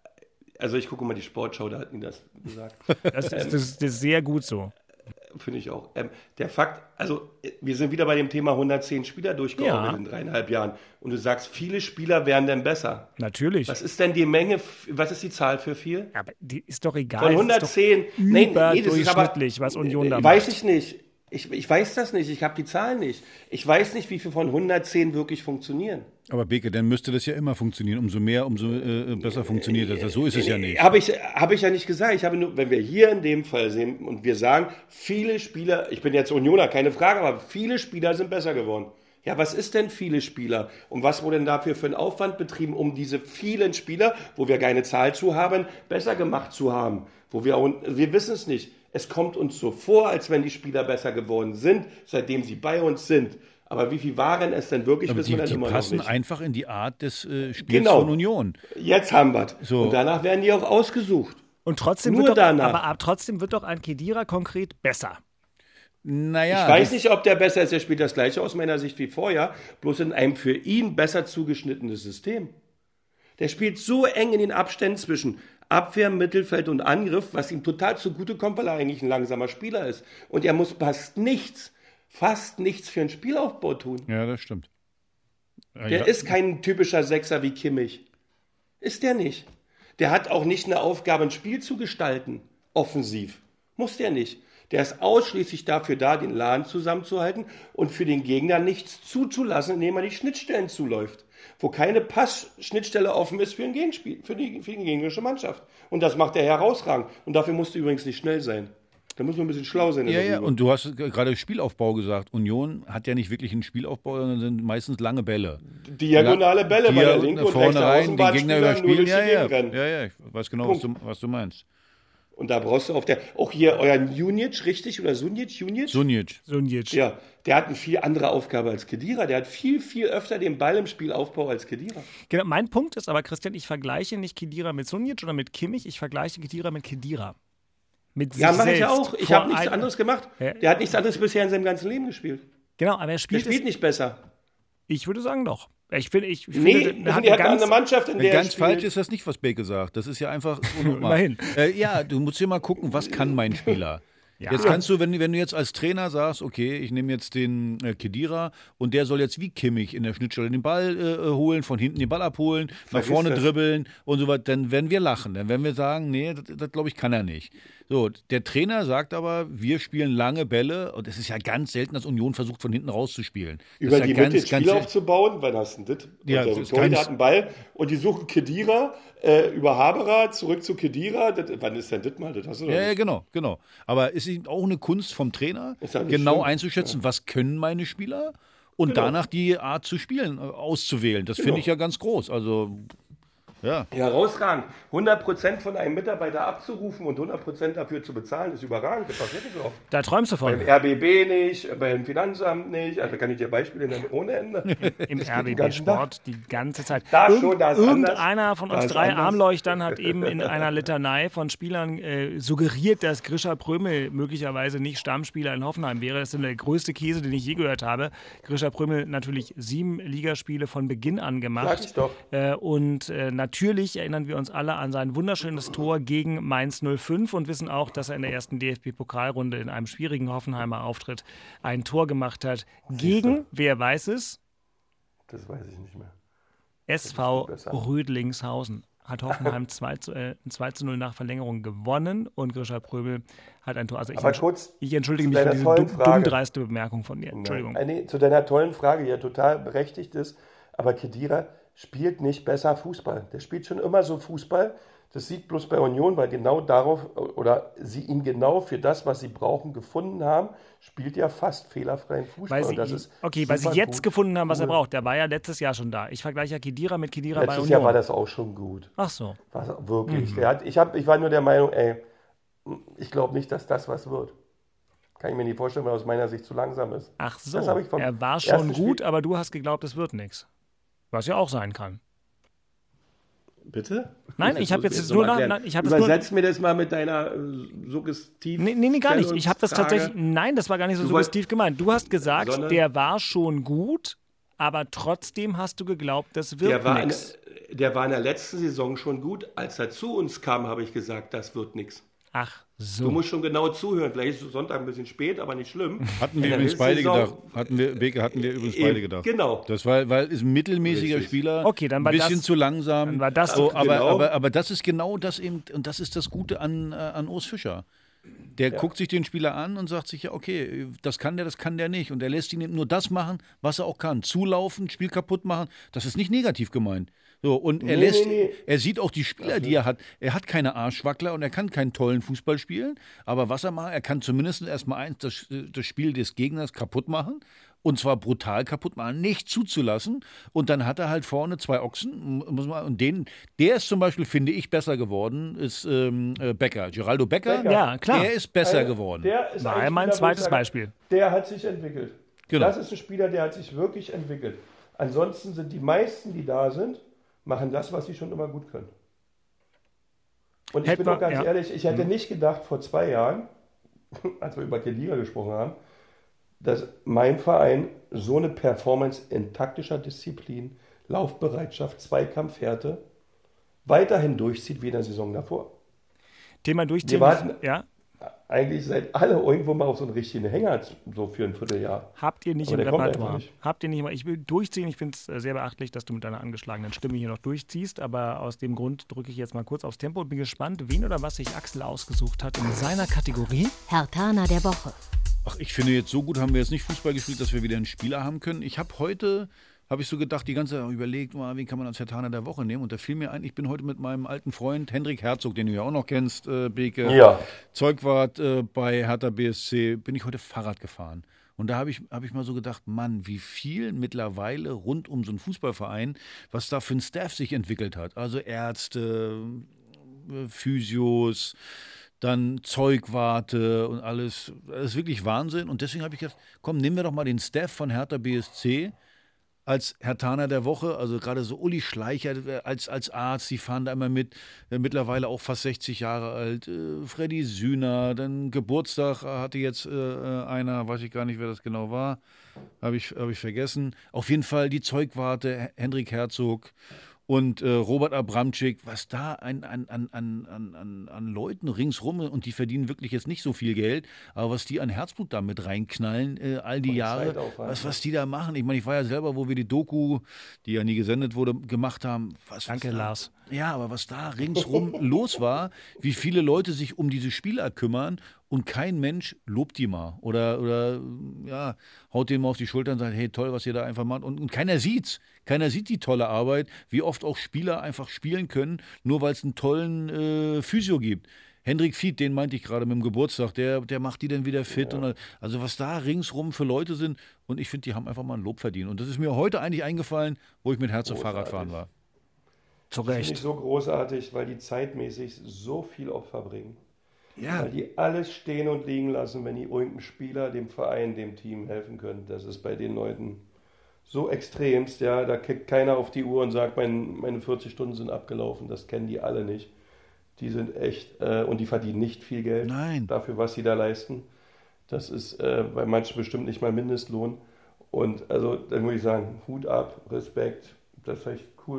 also ich gucke mal die Sportschau, da hat ihn das gesagt. Das ist, das, ist, das ist sehr gut so. Finde ich auch. Ähm, der Fakt, also wir sind wieder bei dem Thema hundertzehn Spieler durchgeordnet Ja. in dreieinhalb Jahren. Und du sagst, viele Spieler wären denn besser. Natürlich. Was ist denn die Menge, f- was ist die Zahl für viel? Aber die ist doch egal. Von es ist hundertzehn. doch Nein, nee, das ist aber- überdurchschnittlich, was Union da Äh, macht. Weiß ich nicht. Ich, ich weiß das nicht. Ich habe die Zahlen nicht. Ich weiß nicht, wie viel von hundertzehn wirklich funktionieren. Aber Beke, dann müsste das ja immer funktionieren. Umso mehr, umso äh, besser funktioniert das. So ist es ja nicht. Habe ich, hab ich ja nicht gesagt. Ich habe nur, wenn wir hier in dem Fall sehen und wir sagen, viele Spieler, ich bin jetzt Unioner, keine Frage, aber viele Spieler sind besser geworden. Ja, was ist denn viele Spieler? Und was wurde denn dafür für einen Aufwand betrieben, um diese vielen Spieler, wo wir keine Zahl zu haben, besser gemacht zu haben? Wo wir, wir wissen es nicht. Es kommt uns so vor, als wenn die Spieler besser geworden sind, seitdem sie bei uns sind. Aber wie viel waren es denn wirklich, Aber wissen die, wir dann die immer noch passen nicht. einfach in die Art des äh, Spiels Genau. von Union. Jetzt haben wir es. So. Und danach werden die auch ausgesucht. Und trotzdem Nur wird doch, danach. aber, aber trotzdem wird doch ein Khedira konkret besser. Naja, Ich weiß das- nicht, ob der besser ist. Er spielt das gleiche aus meiner Sicht wie vorher, bloß in einem für ihn besser zugeschnittenes System. Der spielt so eng in den Abständen zwischen Abwehr, Mittelfeld und Angriff, was ihm total zugutekommt, weil er eigentlich ein langsamer Spieler ist. Und er muss fast nichts, fast nichts für einen Spielaufbau tun. Ja, das stimmt. Ja, Der ja. ist kein typischer Sechser wie Kimmich. Ist der nicht. Der hat auch nicht eine Aufgabe, ein Spiel zu gestalten, offensiv. Muss der nicht. Der ist ausschließlich dafür da, den Laden zusammenzuhalten und für den Gegner nichts zuzulassen, indem er die Schnittstellen zuläuft. Wo keine Passschnittstelle offen ist für, ein Gegenspiel, für, die, für die gegnerische Mannschaft. Und das macht er herausragend. Und dafür musst du übrigens nicht schnell sein. Da muss man ein bisschen schlau sein. in Ja, der ja, Übung. und du hast gerade Spielaufbau gesagt. Union hat ja nicht wirklich einen Spielaufbau, sondern sind meistens lange Bälle. Diagonale Bälle, weil der Dia- linke und vorne rechte rein, den Gegner Außenbahnspieler nur überspielen. durch Ja, die ja, Gegend rennen. ja, ja, ich weiß genau, was du, was du meinst. Und da brauchst du auf der, auch hier euren Junic, richtig? Oder Sunic? Junic? Sunic. Sunic. Ja, der hat eine viel andere Aufgabe als Khedira. Der hat viel, viel öfter den Ball im Spielaufbau als Khedira. Genau, mein Punkt ist aber, Christian, ich vergleiche nicht Khedira mit Sunic oder mit Kimmich, ich vergleiche Khedira mit Khedira. Mit Ja, sich mache ich ja selbst. auch. Ich Vor habe nichts ein- anderes gemacht. Ja. Der hat nichts anderes bisher in seinem ganzen Leben gespielt. Genau, aber er Der spielt, spielt es, nicht besser. ich würde sagen doch. Ich finde, ich finde, Nee, der der hat hat eine ganz, eine Mannschaft, in der er Ganz spielt. falsch ist das nicht, was Beke sagt. Das ist ja einfach. Immerhin. Äh, ja, du musst dir mal gucken, was kann mein Spieler. Ja. Jetzt kannst du, wenn, wenn du jetzt als Trainer sagst, okay, ich nehme jetzt den äh, Khedira und der soll jetzt wie Kimmich in der Schnittstelle den Ball äh, holen, von hinten den Ball abholen, nach Vergiss vorne das. dribbeln und so weiter, dann werden wir lachen. Dann werden wir sagen, nee, das, das glaube ich, kann er nicht. So, der Trainer sagt aber, wir spielen lange Bälle und es ist ja ganz selten, dass Union versucht, von hinten rauszuspielen. Das Über ist ja die ganz, Mitte das ganz Spiel selten. aufzubauen, wann hast du denn das? Ja, Und das der ist Torhüter ganz- hat einen Ball und die suchen Khedira äh, über Haberer, zurück zu Khedira. Das, wann ist denn das mal? Das hast du doch Ja, ja, nicht. genau, genau. Aber es ist auch eine Kunst vom Trainer, Ist ja nicht genau schlimm. einzuschätzen, was können meine Spieler und Genau. danach die Art zu spielen äh, auszuwählen. Das finde Genau. ich ja ganz groß. Also, ja. Herausragend. hundert Prozent von einem Mitarbeiter abzurufen und hundert Prozent dafür zu bezahlen, ist überragend. Das passiert nicht so oft. da träumst du von. Beim R B B nicht, beim Finanzamt nicht. Also kann ich dir Beispiele nennen ohne Ende. Im Das geht R B den ganzen B-Sport die ganze Zeit. Da Irgend- schon, da ist Irgendeiner anders. von Da uns ist drei anders. Armleuchtern hat eben in einer Litanei von Spielern äh, suggeriert, dass Grisha Prömel möglicherweise nicht Stammspieler in Hoffenheim wäre. Das ist der größte Käse, den ich je gehört habe. Grisha Prömel natürlich sieben Ligaspiele von Beginn an Sag gemacht. ich doch. Äh, und äh, natürlich erinnern wir uns alle an sein wunderschönes Tor gegen Mainz null fünf und wissen auch, dass er in der ersten D F B-Pokalrunde in einem schwierigen Hoffenheimer Auftritt ein Tor gemacht hat. Gegen, wer weiß es? Das weiß ich nicht mehr. S V Rödlingshausen. Hat Hoffenheim zwei zu, äh, zwei zu null nach Verlängerung gewonnen und Grisha Pröbel hat ein Tor. Also ich, Aber kurz, ich entschuldige mich für diese dumm, dummdreiste Bemerkung von dir. Entschuldigung. Nein, nee, zu deiner tollen Frage, die ja total berechtigt ist, aber Khedira spielt nicht besser Fußball. Der spielt schon immer so Fußball. Das sieht bloß bei Union, weil genau darauf, oder sie ihn genau für das, was sie brauchen, gefunden haben, spielt ja fast fehlerfreien Fußball. Weil sie, und das ist okay, weil sie jetzt gut. gefunden haben, was cool. er braucht. Der war ja letztes Jahr schon da. Ich vergleiche ja Khedira mit Khedira Letztes bei Union. Jahr war das auch schon gut. Ach so. War wirklich. Mhm. Der hat, ich, hab, ich war nur der Meinung, ey, ich glaube nicht, dass das was wird. Kann ich mir nicht vorstellen, weil aus meiner Sicht zu langsam ist. Ach so, das ich vom er war schon gut, Spiel aber du hast geglaubt, es wird nichts. Was ja auch sein kann. Bitte? Nein, ich habe jetzt, jetzt nur... Nach, ich hab Übersetz mir das mal mit deiner äh, suggestiv... Nee, nee, nee, gar nicht. Ich habe das tatsächlich... Nein, das war gar nicht so du suggestiv gemeint. Du hast gesagt, sondern, der war schon gut, aber trotzdem hast du geglaubt, das wird nichts. Der war in der letzten Saison schon gut. Als er zu uns kam, habe ich gesagt, das wird nichts. Ach so. Du musst schon genau zuhören. Vielleicht ist Sonntag ein bisschen spät, aber nicht schlimm. Hatten wir übrigens beide Saison, gedacht. Hatten wir, Beke, hatten wir übrigens beide gedacht. Genau. Das war, weil ist ein mittelmäßiger Richtig. Spieler, okay, dann war ein bisschen das, zu langsam. Dann war das so, doch, aber, genau. aber, aber das ist genau das eben, und das ist das Gute an, äh, an Urs Fischer. Der ja. guckt sich den Spieler an und sagt sich, ja, okay, das kann der, das kann der nicht. Und er lässt ihn eben nur das machen, was er auch kann. Zulaufen, Spiel kaputt machen, das ist nicht negativ gemeint. So, und er nee, lässt, nee, nee. er sieht auch die Spieler, die er hat. Er hat keine Arschwackler und er kann keinen tollen Fußball spielen. Aber was er macht, er kann zumindest erstmal eins, das, das Spiel des Gegners kaputt machen. Und zwar brutal kaputt machen, nicht zuzulassen. Und dann hat er halt vorne zwei Ochsen. Muss man, und den, der ist zum Beispiel, finde ich, besser geworden, ist ähm, Becker. Geraldo Becker, Becker, ja, klar. Der ist besser also, geworden. Der ist war mein zweites sage, Beispiel. Der hat sich entwickelt. Genau. Das ist ein Spieler, der hat sich wirklich entwickelt. Ansonsten sind die meisten, die da sind, machen das, was sie schon immer gut können. Und ich Hätt bin man, auch ganz ja. ehrlich, ich hätte mhm. nicht gedacht, vor zwei Jahren, als wir über Khedira gesprochen haben, dass mein Verein so eine Performance in taktischer Disziplin, Laufbereitschaft, Zweikampfhärte weiterhin durchzieht wie in der Saison davor. Thema durchziehen. Wir warten ja. eigentlich seit alle irgendwo mal auf so einen richtigen Hänger, so für ein Vierteljahr. Habt ihr nicht Aber im der kommt Repertoire. einfach nicht. Habt ihr nicht mal. Ich will durchziehen. Ich finde es sehr beachtlich, dass du mit deiner angeschlagenen Stimme hier noch durchziehst. Aber aus dem Grund drücke ich jetzt mal kurz aufs Tempo und bin gespannt, wen oder was sich Axel ausgesucht hat in seiner Kategorie. Hertaner der Woche. Ach, ich finde, jetzt so gut haben wir jetzt nicht Fußball gespielt, dass wir wieder einen Spieler haben können. Ich habe heute, habe ich so gedacht, die ganze Zeit überlegt, mal, wen kann man als Hertaner der Woche nehmen? Und da fiel mir ein, ich bin heute mit meinem alten Freund Hendrik Herzog, den du ja auch noch kennst, äh, Beke, Ja. Zeugwart äh, bei Hertha B S C, bin ich heute Fahrrad gefahren. Und da habe ich, hab ich mal so gedacht, Mann, wie viel mittlerweile rund um so einen Fußballverein, was da für ein Staff sich entwickelt hat. Also Ärzte, äh, Physios, dann Zeugwarte und alles. Das ist wirklich Wahnsinn. Und deswegen habe ich gedacht, komm, nehmen wir doch mal den Staff von Hertha B S C als Hertaner der Woche. Also gerade so Uli Schleicher als, als Arzt, die fahren da immer mit. Mittlerweile auch fast sechzig Jahre alt. Freddy Sühner, dann Geburtstag hatte jetzt äh, einer, weiß ich gar nicht, wer das genau war. Habe ich, hab ich vergessen. Auf jeden Fall die Zeugwarte, Hendrik Herzog. Und äh, Robert Abramczyk, was da an, an, an, an, an, an Leuten ringsrum, und die verdienen wirklich jetzt nicht so viel Geld, aber was die an Herzblut da mit reinknallen, äh, all die Jahre, was, was die da machen. Ich meine, ich war ja selber, wo wir die Doku, die ja nie gesendet wurde, gemacht haben. Was, Danke, was da, Lars. Ja, aber was da ringsrum los war, wie viele Leute sich um diese Spieler kümmern und kein Mensch lobt die mal oder, oder ja, haut denen mal auf die Schulter und sagt, hey, toll, was ihr da einfach macht. Und, und keiner sieht's. Keiner sieht die tolle Arbeit, wie oft auch Spieler einfach spielen können, nur weil es einen tollen äh, Physio gibt. Hendrik Fied, den meinte ich gerade mit dem Geburtstag, der, der macht die dann wieder fit. Ja. Und, also was da ringsrum für Leute sind. Und ich finde, die haben einfach mal ein Lob verdient. Und das ist mir heute eigentlich eingefallen, wo ich mit Herz und Fahrradfahren war. Zu Das Recht. finde ich so großartig, weil die zeitmäßig so viel Opfer bringen. Ja. Weil die alles stehen und liegen lassen, wenn die irgendeinem Spieler, dem Verein, dem Team helfen können. Das ist bei den Leuten so extremst. Ja, da kickt keiner auf die Uhr und sagt, mein, meine vierzig Stunden sind abgelaufen. Das kennen die alle nicht. Die sind echt, äh, und die verdienen nicht viel Geld Nein. dafür, was sie da leisten. Das ist äh, bei manchen bestimmt nicht mal Mindestlohn. Und also, dann würde ich sagen, Hut ab, Respekt, das ist echt cool.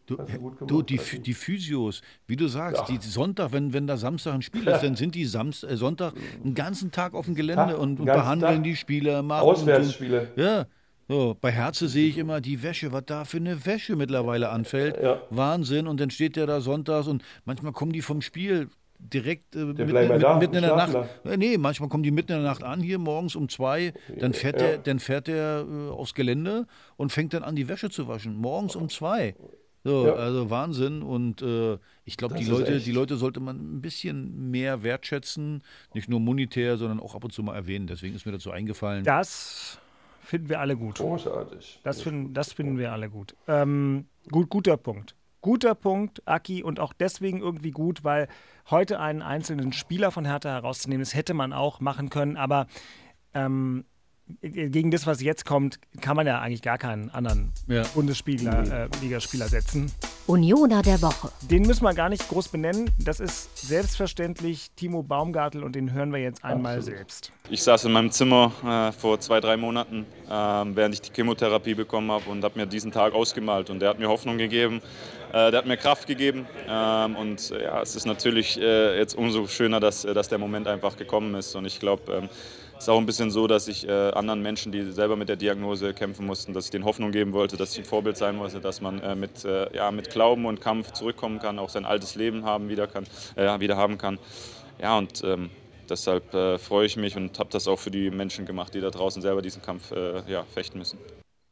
Du, Hast du gut gemacht, du die, Agi. die Physios, wie du sagst, Ja. die Sonntag, wenn, wenn da Samstag ein Spiel ist, dann sind die Samst, äh, Sonntag einen ganzen Tag auf dem Gelände Tag, und, und ganzen behandeln Tag. die Spieler. Machen und Auswärtsspiele. tun. Ja, so, bei Herze sehe ich immer die Wäsche, was da für eine Wäsche mittlerweile anfällt. Ja. Wahnsinn. Und dann steht der da sonntags und manchmal kommen die vom Spiel direkt äh, mitten, bleiben ja mit, da mitten in und der Nacht. schlafen Äh, Nee, manchmal kommen die mitten in der Nacht an, hier morgens um zwei. Dann fährt Ja. der, dann fährt der äh, aufs Gelände und fängt dann an, die Wäsche zu waschen. Morgens um zwei. So, Ja. also Wahnsinn. Und äh, ich glaube, Das die ist Leute, echt. die Leute sollte man ein bisschen mehr wertschätzen. Nicht nur monetär, sondern auch ab und zu mal erwähnen. Deswegen ist mir dazu eingefallen. Das finden wir alle gut. Großartig. Das finden, das finden wir alle gut. Ähm, gut. Guter Punkt. Guter Punkt, Aki, und auch deswegen irgendwie gut, weil heute einen einzelnen Spieler von Hertha herauszunehmen, das hätte man auch machen können, aber ähm, gegen das, was jetzt kommt, kann man ja eigentlich gar keinen anderen Ja. Bundesliga äh, Ligaspieler setzen. Unioner der Woche. Den müssen wir gar nicht groß benennen. Das ist selbstverständlich Timo Baumgartel und den hören wir jetzt einmal Absolut. selbst. Ich saß in meinem Zimmer äh, vor zwei, drei Monaten, ähm, während ich die Chemotherapie bekommen habe und habe mir diesen Tag ausgemalt. Und der hat mir Hoffnung gegeben, äh, der hat mir Kraft gegeben. Ähm, und äh, ja, es ist natürlich äh, jetzt umso schöner, dass, äh, dass der Moment einfach gekommen ist. Und ich glaube, ähm, es ist auch ein bisschen so, dass ich äh, anderen Menschen, die selber mit der Diagnose kämpfen mussten, dass ich denen Hoffnung geben wollte, dass ich ein Vorbild sein wollte, dass man äh, mit, äh, ja, mit Glauben und Kampf zurückkommen kann, auch sein altes Leben haben wieder, kann, äh, wieder haben kann. Ja, und ähm, deshalb äh, freue ich mich und habe das auch für die Menschen gemacht, die da draußen selber diesen Kampf äh, ja, fechten müssen.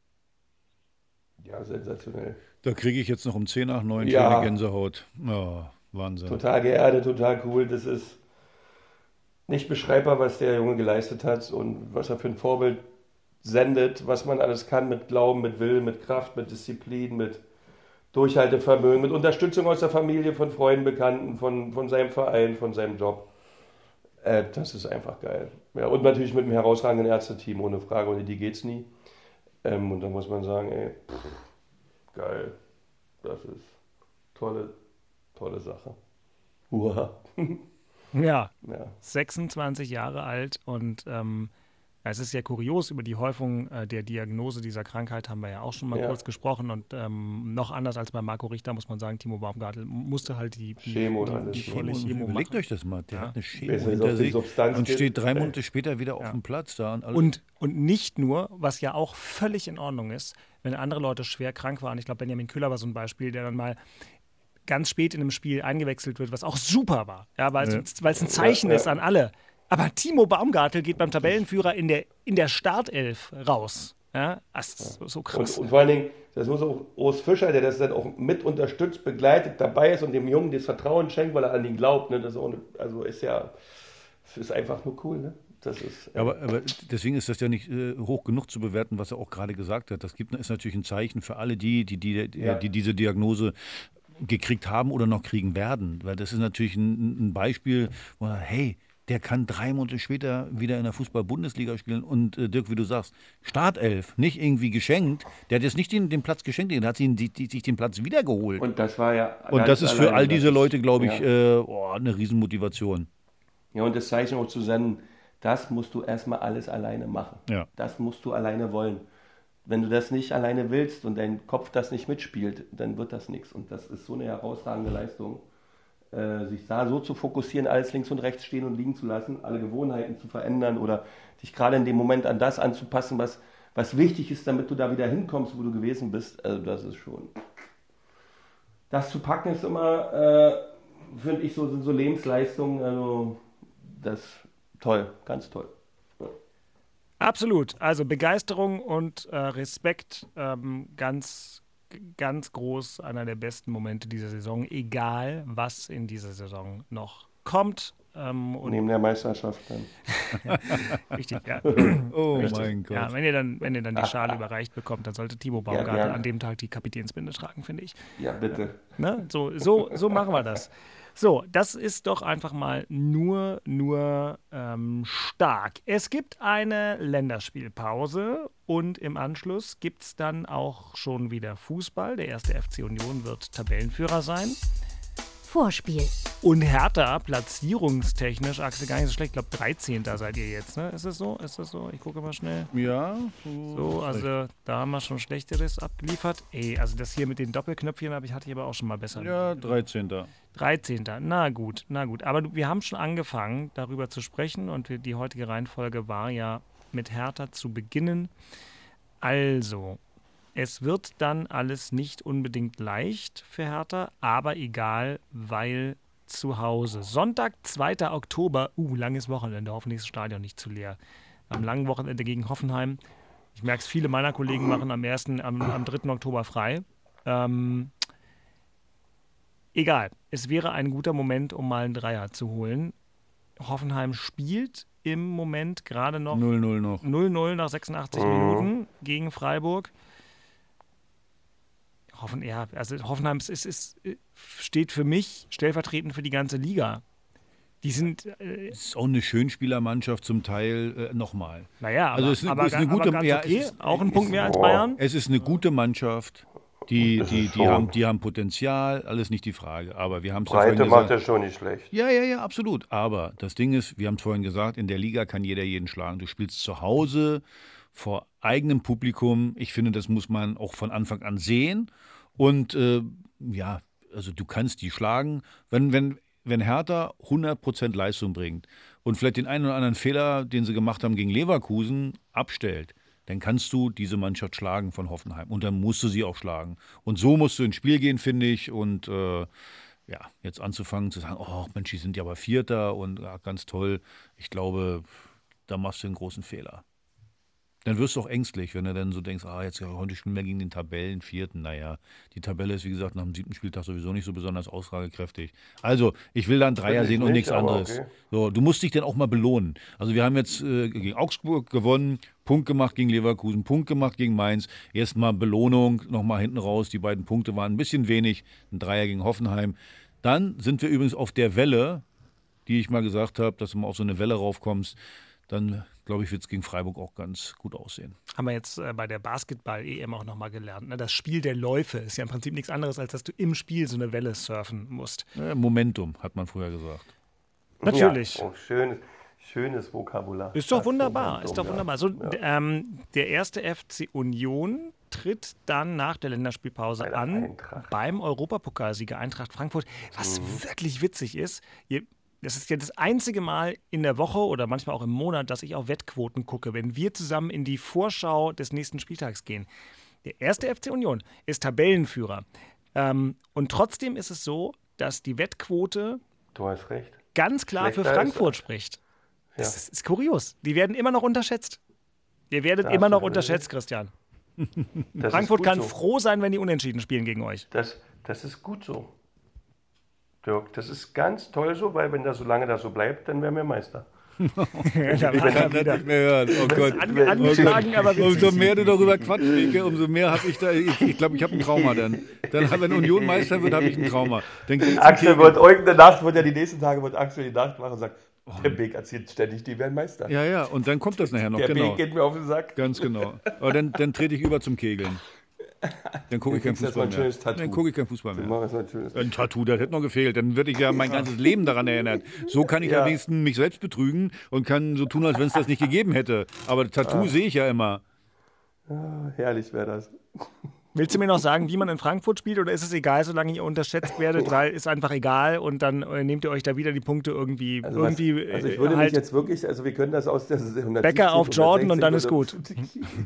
Ja, sensationell. Da kriege ich jetzt noch um zehn nach neun Ja. schöne Gänsehaut. Ja, Wahnsinn. Total geerdet, total cool. Das ist nicht beschreibbar, was der Junge geleistet hat und was er für ein Vorbild sendet, was man alles kann mit Glauben, mit Willen, mit Kraft, mit Disziplin, mit Durchhaltevermögen, mit Unterstützung aus der Familie, von Freunden, Bekannten, von, von seinem Verein, von seinem Job. Äh, das ist einfach geil. Ja, und natürlich mit einem herausragenden Ärzteteam, ohne Frage, ohne die geht's nie. Ähm, und da muss man sagen, ey, pff, geil. Das ist tolle, tolle Sache. Uha. Ja, Ja. sechsundzwanzig Jahre alt und ähm, es ist ja kurios, über die Häufung äh, der Diagnose dieser Krankheit haben wir ja auch schon mal Ja. kurz gesprochen und ähm, noch anders als bei Marco Richter muss man sagen, Timo Baumgartel musste halt die, die, Chemo und die, alles, die ne? volle Chemo Überlegt machen. euch das mal. Der Ja. hat eine Chemo Weiß nicht, hinter ob die sich Substanz und gibt. steht drei Ey. Monate später wieder auf Ja. dem Platz da. Und, alle- Und, und nicht nur, was ja auch völlig in Ordnung ist, wenn andere Leute schwer krank waren. Ich glaube, Benjamin Köhler war so ein Beispiel, der dann mal ganz spät in einem Spiel eingewechselt wird, was auch super war. Ja, weil Ja. es weil es ein Zeichen Ja, ja. ist an alle. Aber Timo Baumgartel geht beim Tabellenführer in der, in der Startelf raus. Ja, das ist so, so Und, krass. und vor allen Dingen, das muss auch Urs Fischer, der das dann auch mit unterstützt, begleitet, dabei ist und dem Jungen das Vertrauen schenkt, weil er an ihn glaubt. Ne? Das ist auch, eine- also ist ja, das ist einfach nur cool. Ne? Das ist, Ja, aber, aber deswegen ist das ja nicht äh, hoch genug zu bewerten, was er auch gerade gesagt hat. Das gibt, ist natürlich ein Zeichen für alle die, die, die, die, Ja. die diese Diagnose gekriegt haben oder noch kriegen werden. Weil das ist natürlich ein, ein Beispiel, wo man sagt, hey, der kann drei Monate später wieder in der Fußball-Bundesliga spielen. Und äh, Dirk, wie du sagst, Startelf, nicht irgendwie geschenkt. Der hat jetzt nicht den, den Platz geschenkt, der hat ihn, die, die, sich den Platz wiedergeholt. Und, und das war ja. das ist für alleine, all das diese ist- Leute, glaube ich, Ja. äh, oh, eine Riesenmotivation. Ja, und das Zeichen auch zu senden, das musst du erstmal alles alleine machen. Ja. Das musst du alleine wollen. Wenn du das nicht alleine willst und dein Kopf das nicht mitspielt, dann wird das nichts. Und das ist so eine herausragende Leistung, äh, sich da so zu fokussieren, alles links und rechts stehen und liegen zu lassen, alle Gewohnheiten zu verändern oder dich gerade in dem Moment an das anzupassen, was, was wichtig ist, damit du da wieder hinkommst, wo du gewesen bist. Also das ist schon... Das zu packen ist immer, äh, finde ich, so, sind so Lebensleistungen, also das toll, ganz toll. Absolut. Also Begeisterung und äh, Respekt, ähm, ganz, ganz groß. Einer der besten Momente dieser Saison, egal was in dieser Saison noch kommt. Ähm, und Neben der Meisterschaft dann. Richtig, ja. Oh Richtig. mein Gott. Ja, wenn ihr dann, wenn ihr dann die Schale überreicht bekommt, dann sollte Timo Baumgartel gerne. an dem Tag die Kapitänsbinde tragen, finde ich. Ja, bitte. Ne? So, so, so machen wir das. So, das ist doch einfach mal nur, nur ähm, stark. Es gibt eine Länderspielpause und im Anschluss gibt es dann auch schon wieder Fußball. Der erste F C Union wird Tabellenführer sein. Vorspiel. Und Hertha, platzierungstechnisch, Axel, gar nicht so schlecht. Ich glaube, dreizehnter seid ihr jetzt, ne? Ist das so? Ist das so? Ich gucke mal schnell. Ja. So, also da haben wir schon Schlechteres abgeliefert. Ey, also das hier mit den Doppelknöpfchen habe ich, hatte ich aber auch schon mal besser. Ja, dreizehnter dreizehnter Na gut, na gut. Aber du, wir haben schon angefangen, darüber zu sprechen. Und wir, die heutige Reihenfolge war ja, mit Hertha zu beginnen. Also, es wird dann alles nicht unbedingt leicht für Hertha, aber egal, weil zu Hause. Sonntag, zweiter Oktober, uh, langes Wochenende, hoffentlich ist das Stadion nicht zu leer. Am langen Wochenende gegen Hoffenheim. Ich merke es, viele meiner Kollegen machen am ersten, am, am dritten Oktober frei. Ähm, egal, es wäre ein guter Moment, um mal einen Dreier zu holen. Hoffenheim spielt im Moment gerade noch null null noch. null null nach sechsundachtzig Mhm. Minuten gegen Freiburg. Hoffen, ja, also Hoffenheim ist, ist, steht für mich stellvertretend für die ganze Liga. Die sind. Äh, Es ist auch eine Schönspielermannschaft zum Teil äh, nochmal. Naja, aber, Also es ist, aber, ist eine gute, aber ganz ja, okay. es ist, Auch ein Punkt mehr als boah. Bayern. Es ist eine gute Mannschaft. Die, Das die, ist die, schon- haben, die haben Potenzial, alles nicht die Frage. Aber wir haben es ja Breite vorhin macht gesagt. er schon nicht schlecht. Ja, ja, ja, absolut. Aber das Ding ist, wir haben es vorhin gesagt, in der Liga kann jeder jeden schlagen. Du spielst zu Hause vor eigenem Publikum. Ich finde, das muss man auch von Anfang an sehen. Und äh, ja, also du kannst die schlagen. Wenn, wenn, wenn Hertha hundert Prozent Leistung bringt und vielleicht den einen oder anderen Fehler, den sie gemacht haben gegen Leverkusen, abstellt, dann kannst du diese Mannschaft schlagen von Hoffenheim. Und dann musst du sie auch schlagen. Und so musst du ins Spiel gehen, finde ich. Und äh, ja, jetzt anzufangen zu sagen, oh Mensch, die sind ja aber Vierter und ja, ganz toll. Ich glaube, da machst du einen großen Fehler. Dann wirst du auch ängstlich, wenn du dann so denkst, ah, jetzt heute spielen wir gegen den Tabellenvierten. Naja, die Tabelle ist, wie gesagt, nach dem siebten Spieltag sowieso nicht so besonders aussagekräftig. Also, ich will da einen Dreier Finde ich sehen und nicht, nichts aber anderes. okay. So, du musst dich dann auch mal belohnen. Also, wir haben jetzt äh, gegen Augsburg gewonnen, Punkt gemacht gegen Leverkusen, Punkt gemacht gegen Mainz. Erstmal Belohnung, nochmal hinten raus. Die beiden Punkte waren ein bisschen wenig. Ein Dreier gegen Hoffenheim. Dann sind wir übrigens auf der Welle, die ich mal gesagt habe, dass du mal auf so eine Welle raufkommst. Dann, glaube ich, wird es gegen Freiburg auch ganz gut aussehen. Haben wir jetzt äh, bei der Basketball-E M auch nochmal gelernt. Ne? Das Spiel der Läufe ist ja im Prinzip nichts anderes, als dass du im Spiel so eine Welle surfen musst. Äh, Momentum, hat man früher gesagt. Natürlich. Ja, oh, schönes, schönes Vokabular. Ist doch Das wunderbar, Momentum, ist doch ja. wunderbar. So, Ja. d- ähm, der erste F C Union tritt dann nach der Länderspielpause Bei der an Eintracht. beim Europapokalsieger Eintracht Frankfurt. Was Mhm. wirklich witzig ist, ihr, das ist ja das einzige Mal in der Woche oder manchmal auch im Monat, dass ich auf Wettquoten gucke, wenn wir zusammen in die Vorschau des nächsten Spieltags gehen. Der erste F C Union ist Tabellenführer. Ähm, und trotzdem ist es so, dass die Wettquote Du hast recht. ganz klar für Schlechter Frankfurt ist er. spricht. Ja. Das ist, ist kurios. Die werden immer noch unterschätzt. Ihr werdet Da immer hast noch du unterschätzt, Christian. Das Frankfurt ist gut kann so. froh sein, wenn die unentschieden spielen gegen euch. Das, das ist gut so. Dirk, das ist ganz toll so, weil wenn das so lange das so bleibt, dann wären wir Meister. Da Ich war kann er das wieder. nicht mehr hören. Oh Gott. An, angeschlagen, aber witzig. Umso mehr du darüber quatschst, Ike, umso mehr habe ich da. Ich, ich glaube, ich habe ein Trauma dann. Dann, wenn Union Meister wird, habe ich ein Trauma. Dann geht's Axel in die- wird irgendeine Nacht, wird ja die nächsten Tage, wird Axel die Nacht machen und sagt, der Beek erzählt ständig, die werden Meister. Ja, ja, und dann kommt das nachher noch, der genau. Beek geht mir auf den Sack. Ganz genau. Aber dann, dann trete ich über zum Kegeln. Dann gucke ich keinen kriegst du erst Fußball mal ein mehr. schönes Tattoo. Dann gucke ich keinen Fußball Dann mehr. machen wir erst mal ein schönes Ein Tattoo, das hätte noch gefehlt. Dann würde ich ja mein ganzes Leben daran erinnern. So kann ich Ja. am wenigsten mich selbst betrügen und kann so tun, als wenn es das nicht gegeben hätte. Aber das Tattoo Ah. sehe ich ja immer. Ah, herrlich wäre das. Willst du mir noch sagen, wie man in Frankfurt spielt, oder ist es egal, solange ihr unterschätzt werdet, weil ist einfach egal und dann äh, nehmt ihr euch da wieder die Punkte irgendwie, Also, was, irgendwie also ich äh, würde mich halt jetzt wirklich, also wir können das aus der hundertsiebzig, Becker auf Jordan und dann ist hundertsechzig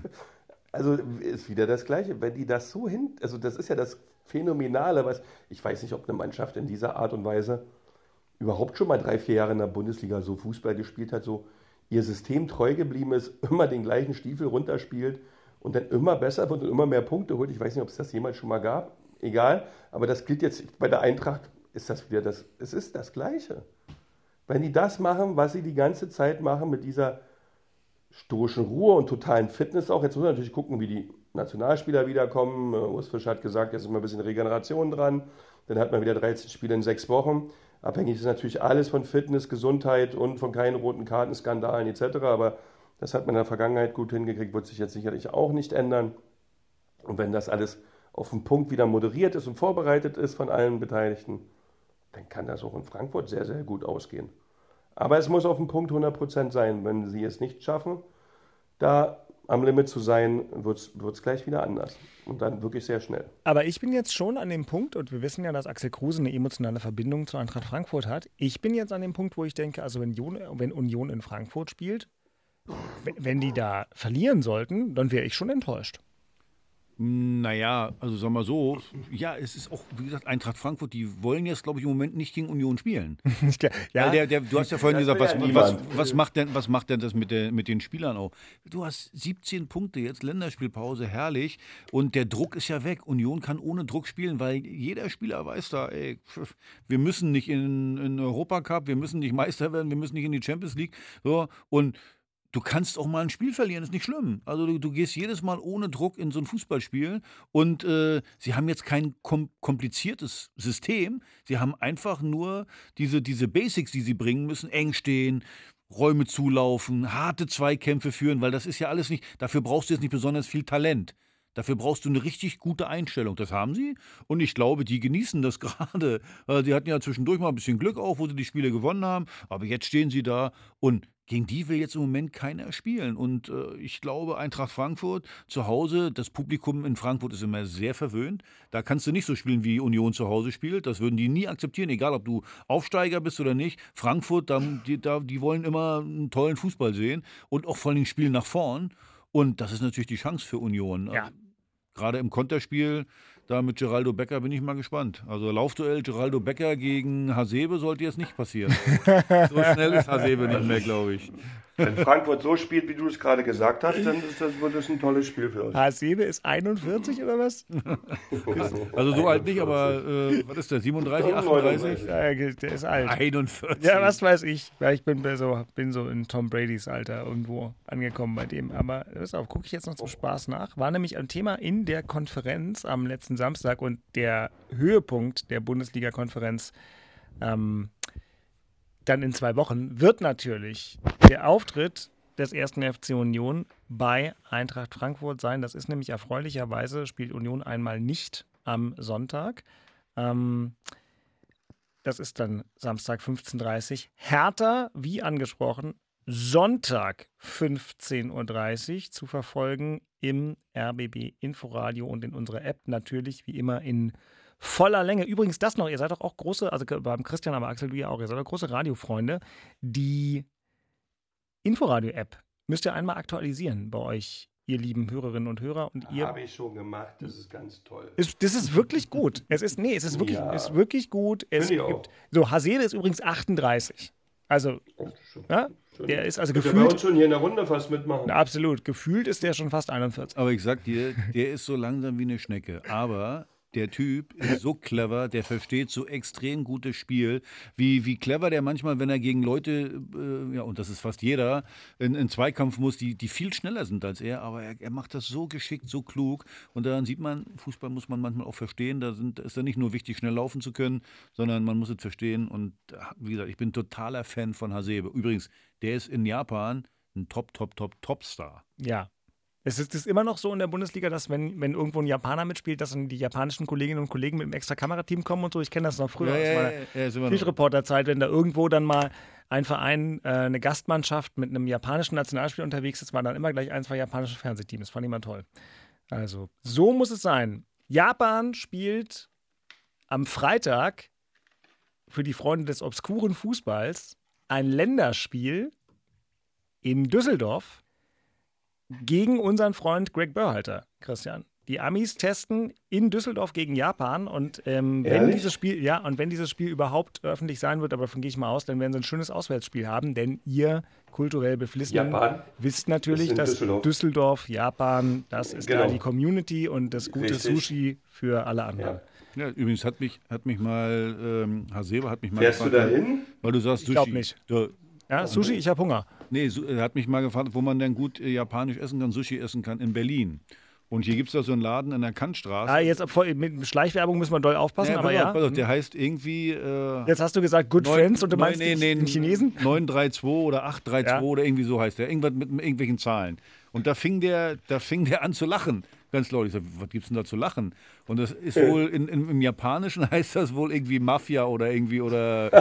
Also ist wieder das Gleiche, wenn die das so hin, also das ist ja das Phänomenale, was ich weiß nicht, ob eine Mannschaft in dieser Art und Weise überhaupt schon mal drei, vier Jahre in der Bundesliga so Fußball gespielt hat, so ihr System treu geblieben ist, immer den gleichen Stiefel runterspielt und dann immer besser wird und immer mehr Punkte holt. Ich weiß nicht, ob es das jemals schon mal gab, egal, aber das gilt jetzt bei der Eintracht, ist das wieder das, es ist das Gleiche. Wenn die das machen, was sie die ganze Zeit machen mit dieser stoischen Ruhe und totalen Fitness auch. Jetzt muss man natürlich gucken, wie die Nationalspieler wiederkommen. Urs Fischer hat gesagt, jetzt ist mal ein bisschen Regeneration dran. Dann hat man wieder dreizehn Spiele in sechs Wochen. Abhängig ist natürlich alles von Fitness, Gesundheit und von keinen roten Kartenskandalen et cetera. Aber das hat man in der Vergangenheit gut hingekriegt, wird sich jetzt sicherlich auch nicht ändern. Und wenn das alles auf den Punkt wieder moderiert ist und vorbereitet ist von allen Beteiligten, dann kann das auch in Frankfurt sehr, sehr gut ausgehen. Aber es muss auf den Punkt hundert Prozent sein. Wenn sie es nicht schaffen, da am Limit zu sein, wird es gleich wieder anders. Und dann wirklich sehr schnell. Aber ich bin jetzt schon an dem Punkt, und wir wissen ja, dass Axel Kruse eine emotionale Verbindung zu Eintracht Frankfurt hat. Ich bin jetzt an dem Punkt, wo ich denke, also wenn Union, wenn Union in Frankfurt spielt, wenn die da verlieren sollten, dann wäre ich schon enttäuscht. Naja, also sagen wir so, ja, es ist auch, wie gesagt, Eintracht Frankfurt, die wollen jetzt, glaube ich, im Moment nicht gegen Union spielen. ja, der, der, du hast ja vorhin gesagt, was, was, was, macht denn, was macht denn das mit, der, mit den Spielern auch? Du hast siebzehn Punkte, jetzt Länderspielpause, herrlich, und der Druck ist ja weg. Union kann ohne Druck spielen, weil jeder Spieler weiß da, ey, wir müssen nicht in den Europacup, wir müssen nicht Meister werden, wir müssen nicht in die Champions League, so, und du kannst auch mal ein Spiel verlieren, ist nicht schlimm. Also du, du gehst jedes Mal ohne Druck in so ein Fußballspiel und äh, sie haben jetzt kein kom- kompliziertes System. Sie haben einfach nur diese, diese Basics, die sie bringen müssen, eng stehen, Räume zulaufen, harte Zweikämpfe führen, weil das ist ja alles nicht, dafür brauchst du jetzt nicht besonders viel Talent. Dafür brauchst du eine richtig gute Einstellung. Das haben sie. Und ich glaube, die genießen das gerade. Die hatten ja zwischendurch mal ein bisschen Glück auch, wo sie die Spiele gewonnen haben. Aber jetzt stehen sie da und gegen die will jetzt im Moment keiner spielen. Und äh, ich glaube, Eintracht Frankfurt zu Hause, das Publikum in Frankfurt ist immer sehr verwöhnt. Da kannst du nicht so spielen, wie Union zu Hause spielt. Das würden die nie akzeptieren, egal ob du Aufsteiger bist oder nicht. Frankfurt, da, die, da, die wollen immer einen tollen Fußball sehen und auch vor allem spielen nach vorn. Und das ist natürlich die Chance für Union. Ja. Gerade im Konterspiel, da mit Geraldo Becker bin ich mal gespannt. Also Laufduell Geraldo Becker gegen Hasebe sollte jetzt nicht passieren. So schnell ist Hasebe nicht mehr, glaube ich. Wenn Frankfurt so spielt, wie du es gerade gesagt hast, dann ist das, wird das ein tolles Spiel für uns. Hasebe ist einundvierzig oder was? Also so alt nicht, aber äh, was ist der, siebenunddreißig, achtunddreißig? Ja, der ist alt. einundvierzig. Ja, was weiß ich. Ja, ich bin so, bin so in Tom Bradys Alter irgendwo angekommen bei dem. Aber pass auf, gucke ich jetzt noch zum Spaß nach. War nämlich ein Thema in der Konferenz am letzten Samstag und der Höhepunkt der Bundesliga-Konferenz ähm, dann in zwei Wochen wird natürlich der Auftritt des ersten F C Union bei Eintracht Frankfurt sein. Das ist nämlich erfreulicherweise, spielt Union einmal nicht am Sonntag. Ähm, das ist dann Samstag fünfzehn Uhr dreißig. Hertha, wie angesprochen, Sonntag fünfzehn Uhr dreißig zu verfolgen im R B B Inforadio und in unserer App natürlich wie immer in voller Länge. Übrigens das noch, ihr seid doch auch große, also beim Christian, aber Axel, du ja auch, ihr seid doch große Radiofreunde. Die Inforadio-App müsst ihr einmal aktualisieren bei euch, ihr lieben Hörerinnen und Hörer. Und ihr habe ich schon gemacht, das ist ganz toll. Ist, das ist wirklich gut. Es ist, nee, es ist wirklich, ja. ist wirklich gut. Es Finde ich gibt, auch. so, Hasebe ist übrigens achtunddreißig. Also, ja, der ist also Könnte gefühlt. bei uns schon hier in der Runde fast mitmachen. Na, absolut. Gefühlt ist der schon fast einundvierzig. Aber ich sag dir, der ist so langsam wie eine Schnecke. Aber der Typ ist so clever, der versteht so extrem gutes Spiel. Wie, wie clever der manchmal, wenn er gegen Leute, äh, ja, und das ist fast jeder, in, in Zweikampf muss, die, die viel schneller sind als er. Aber er, er macht das so geschickt, so klug. Und daran sieht man, Fußball muss man manchmal auch verstehen. Da sind, ist ja nicht nur wichtig, schnell laufen zu können, sondern man muss es verstehen. Und wie gesagt, ich bin totaler Fan von Hasebe. Übrigens, der ist in Japan ein Top, Top, Top, Top-Star. Ja. Es ist, es ist immer noch so in der Bundesliga, dass wenn, wenn irgendwo ein Japaner mitspielt, dass dann die japanischen Kolleginnen und Kollegen mit einem extra Kamerateam kommen und so. Ich kenne das noch früher ja, aus meiner ja, ja, Field-Reporter-Zeit, wenn da irgendwo dann mal ein Verein, äh, eine Gastmannschaft mit einem japanischen Nationalspiel unterwegs ist, waren dann immer gleich ein, zwei japanische Fernsehteams. Das fand ich mal toll. Also, so muss es sein. Japan spielt am Freitag für die Freunde des obskuren Fußballs ein Länderspiel in Düsseldorf gegen unseren Freund Greg Berhalter, Christian. Die Amis testen in Düsseldorf gegen Japan und ähm, wenn dieses Spiel, ja, und wenn dieses Spiel überhaupt öffentlich sein wird, aber davon gehe ich mal aus, dann werden sie ein schönes Auswärtsspiel haben, denn ihr kulturell Beflissenen wisst natürlich, das dass Düsseldorf. Düsseldorf, Japan, das ist Genau. da die Community und das gute Richtig. Sushi für alle anderen. Ja. Ja, übrigens hat mich, hat mich mal, ähm, Hasebe hat mich mal Fährst gefragt, du da hin? weil du sagst Ich Sushi. glaube nicht. Du, Ja, Sushi, ich habe Hunger. Nee, er hat mich mal gefragt, wo man denn gut äh, japanisch essen kann, Sushi essen kann in Berlin. Und hier gibt es da so einen Laden in der Kantstraße. Ah, jetzt voll, mit Schleichwerbung müssen wir doll aufpassen, ja, aber pass ja. auf, pass auf, der heißt irgendwie... Äh, jetzt hast du gesagt Good neun, Friends und du neun, meinst nee, den, nee, den Chinesen? neun drei zwei oder acht drei zwei Ja. oder irgendwie so heißt der. Irgendwas mit irgendwelchen Zahlen. Und da fing der, da fing der an zu lachen. Ganz laut. Ich sag, was gibt's denn da zu lachen? Und das ist wohl, in, in, im Japanischen heißt das wohl irgendwie Mafia oder irgendwie, oder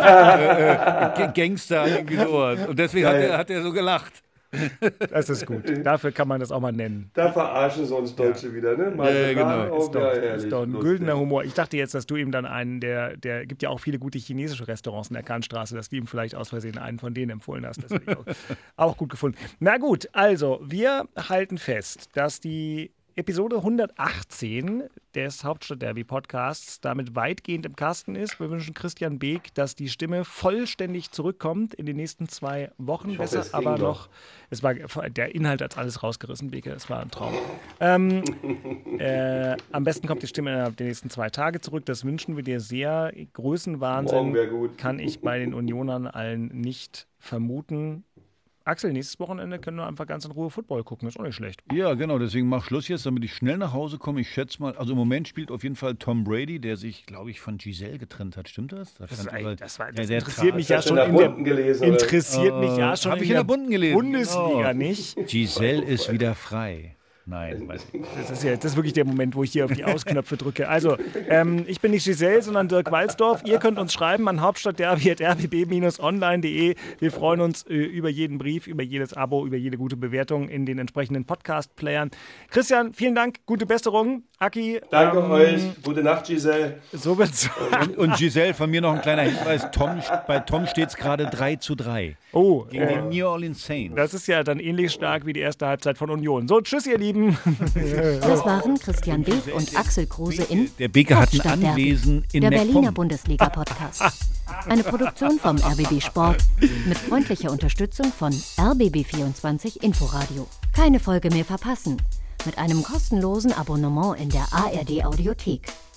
äh, äh, Gangster, irgendwie sowas. Und deswegen hat er, hat er so gelacht. Das ist gut. Dafür kann man das auch mal nennen. Da verarschen sie uns Deutsche ja. wieder, ne? Mal ja, genau. Ist doch, ja, ist doch ein lustig. güldener Humor. Ich dachte jetzt, dass du ihm dann einen, der, der gibt ja auch viele gute chinesische Restaurants in der Kantstraße, dass du ihm vielleicht aus Versehen einen von denen empfohlen hast. Das hätte ich auch, auch gut gefunden. Na gut, also wir halten fest, dass die Episode hundertachtzehn des Hauptstadt-Derby-Podcasts damit weitgehend im Kasten ist. Wir wünschen Christian Beek, dass die Stimme vollständig zurückkommt in den nächsten zwei Wochen. Hoffe, Besser, es aber ging noch, es war, der Inhalt hat alles rausgerissen, Beke, es war ein Traum. ähm, äh, am besten kommt die Stimme innerhalb der nächsten zwei Tage zurück. Das wünschen wir dir sehr. Größenwahnsinn Morgen wär gut. kann ich bei den Unionern allen nicht vermuten. Axel, nächstes Wochenende können wir einfach ganz in Ruhe Football gucken. Ist auch nicht schlecht. Ja, genau. Deswegen mach Schluss jetzt, damit ich schnell nach Hause komme. Ich schätze mal, also im Moment spielt auf jeden Fall Tom Brady, der sich, glaube ich, von Giselle getrennt hat. Stimmt das? Das, Das, über, das, war, ja, das der interessiert Tra- mich ja Hast du schon in in der der, Bunten gelesen, oder? interessiert mich ja schon Hab in ich in der der Bunten gelesen. Bundesliga Oh. nicht. Giselle ist wieder frei. Nein, weiß ich nicht. Das ist, ja, das ist wirklich der Moment, wo ich hier auf die Ausknöpfe drücke. Also, ähm, ich bin nicht Giselle, sondern Dirk Walsdorf. Ihr könnt uns schreiben an hauptstadtderby at r b b bindestrich online punkt de. Wir freuen uns äh, über jeden Brief, über jedes Abo, über jede gute Bewertung in den entsprechenden Podcast-Playern. Christian, vielen Dank, gute Besserung. Aki, Danke ähm, euch. Gute Nacht, Giselle. So wird's. Und, und Giselle, von mir noch ein kleiner Hinweis. Tom, bei Tom steht es gerade drei zu drei. Oh, Gegen äh, die New Orleans Saints. das ist ja dann ähnlich stark wie die erste Halbzeit von Union. So, tschüss, ihr Lieben. Das waren Christian Beek und Axel Kruse in Der Beker hat ein Hauptstadtderby, Anwesen in der MacPom. Berliner Bundesliga-Podcast. Eine Produktion vom R B B Sport mit freundlicher Unterstützung von R B B vierundzwanzig Inforadio. Keine Folge mehr verpassen mit einem kostenlosen Abonnement in der A R D Audiothek.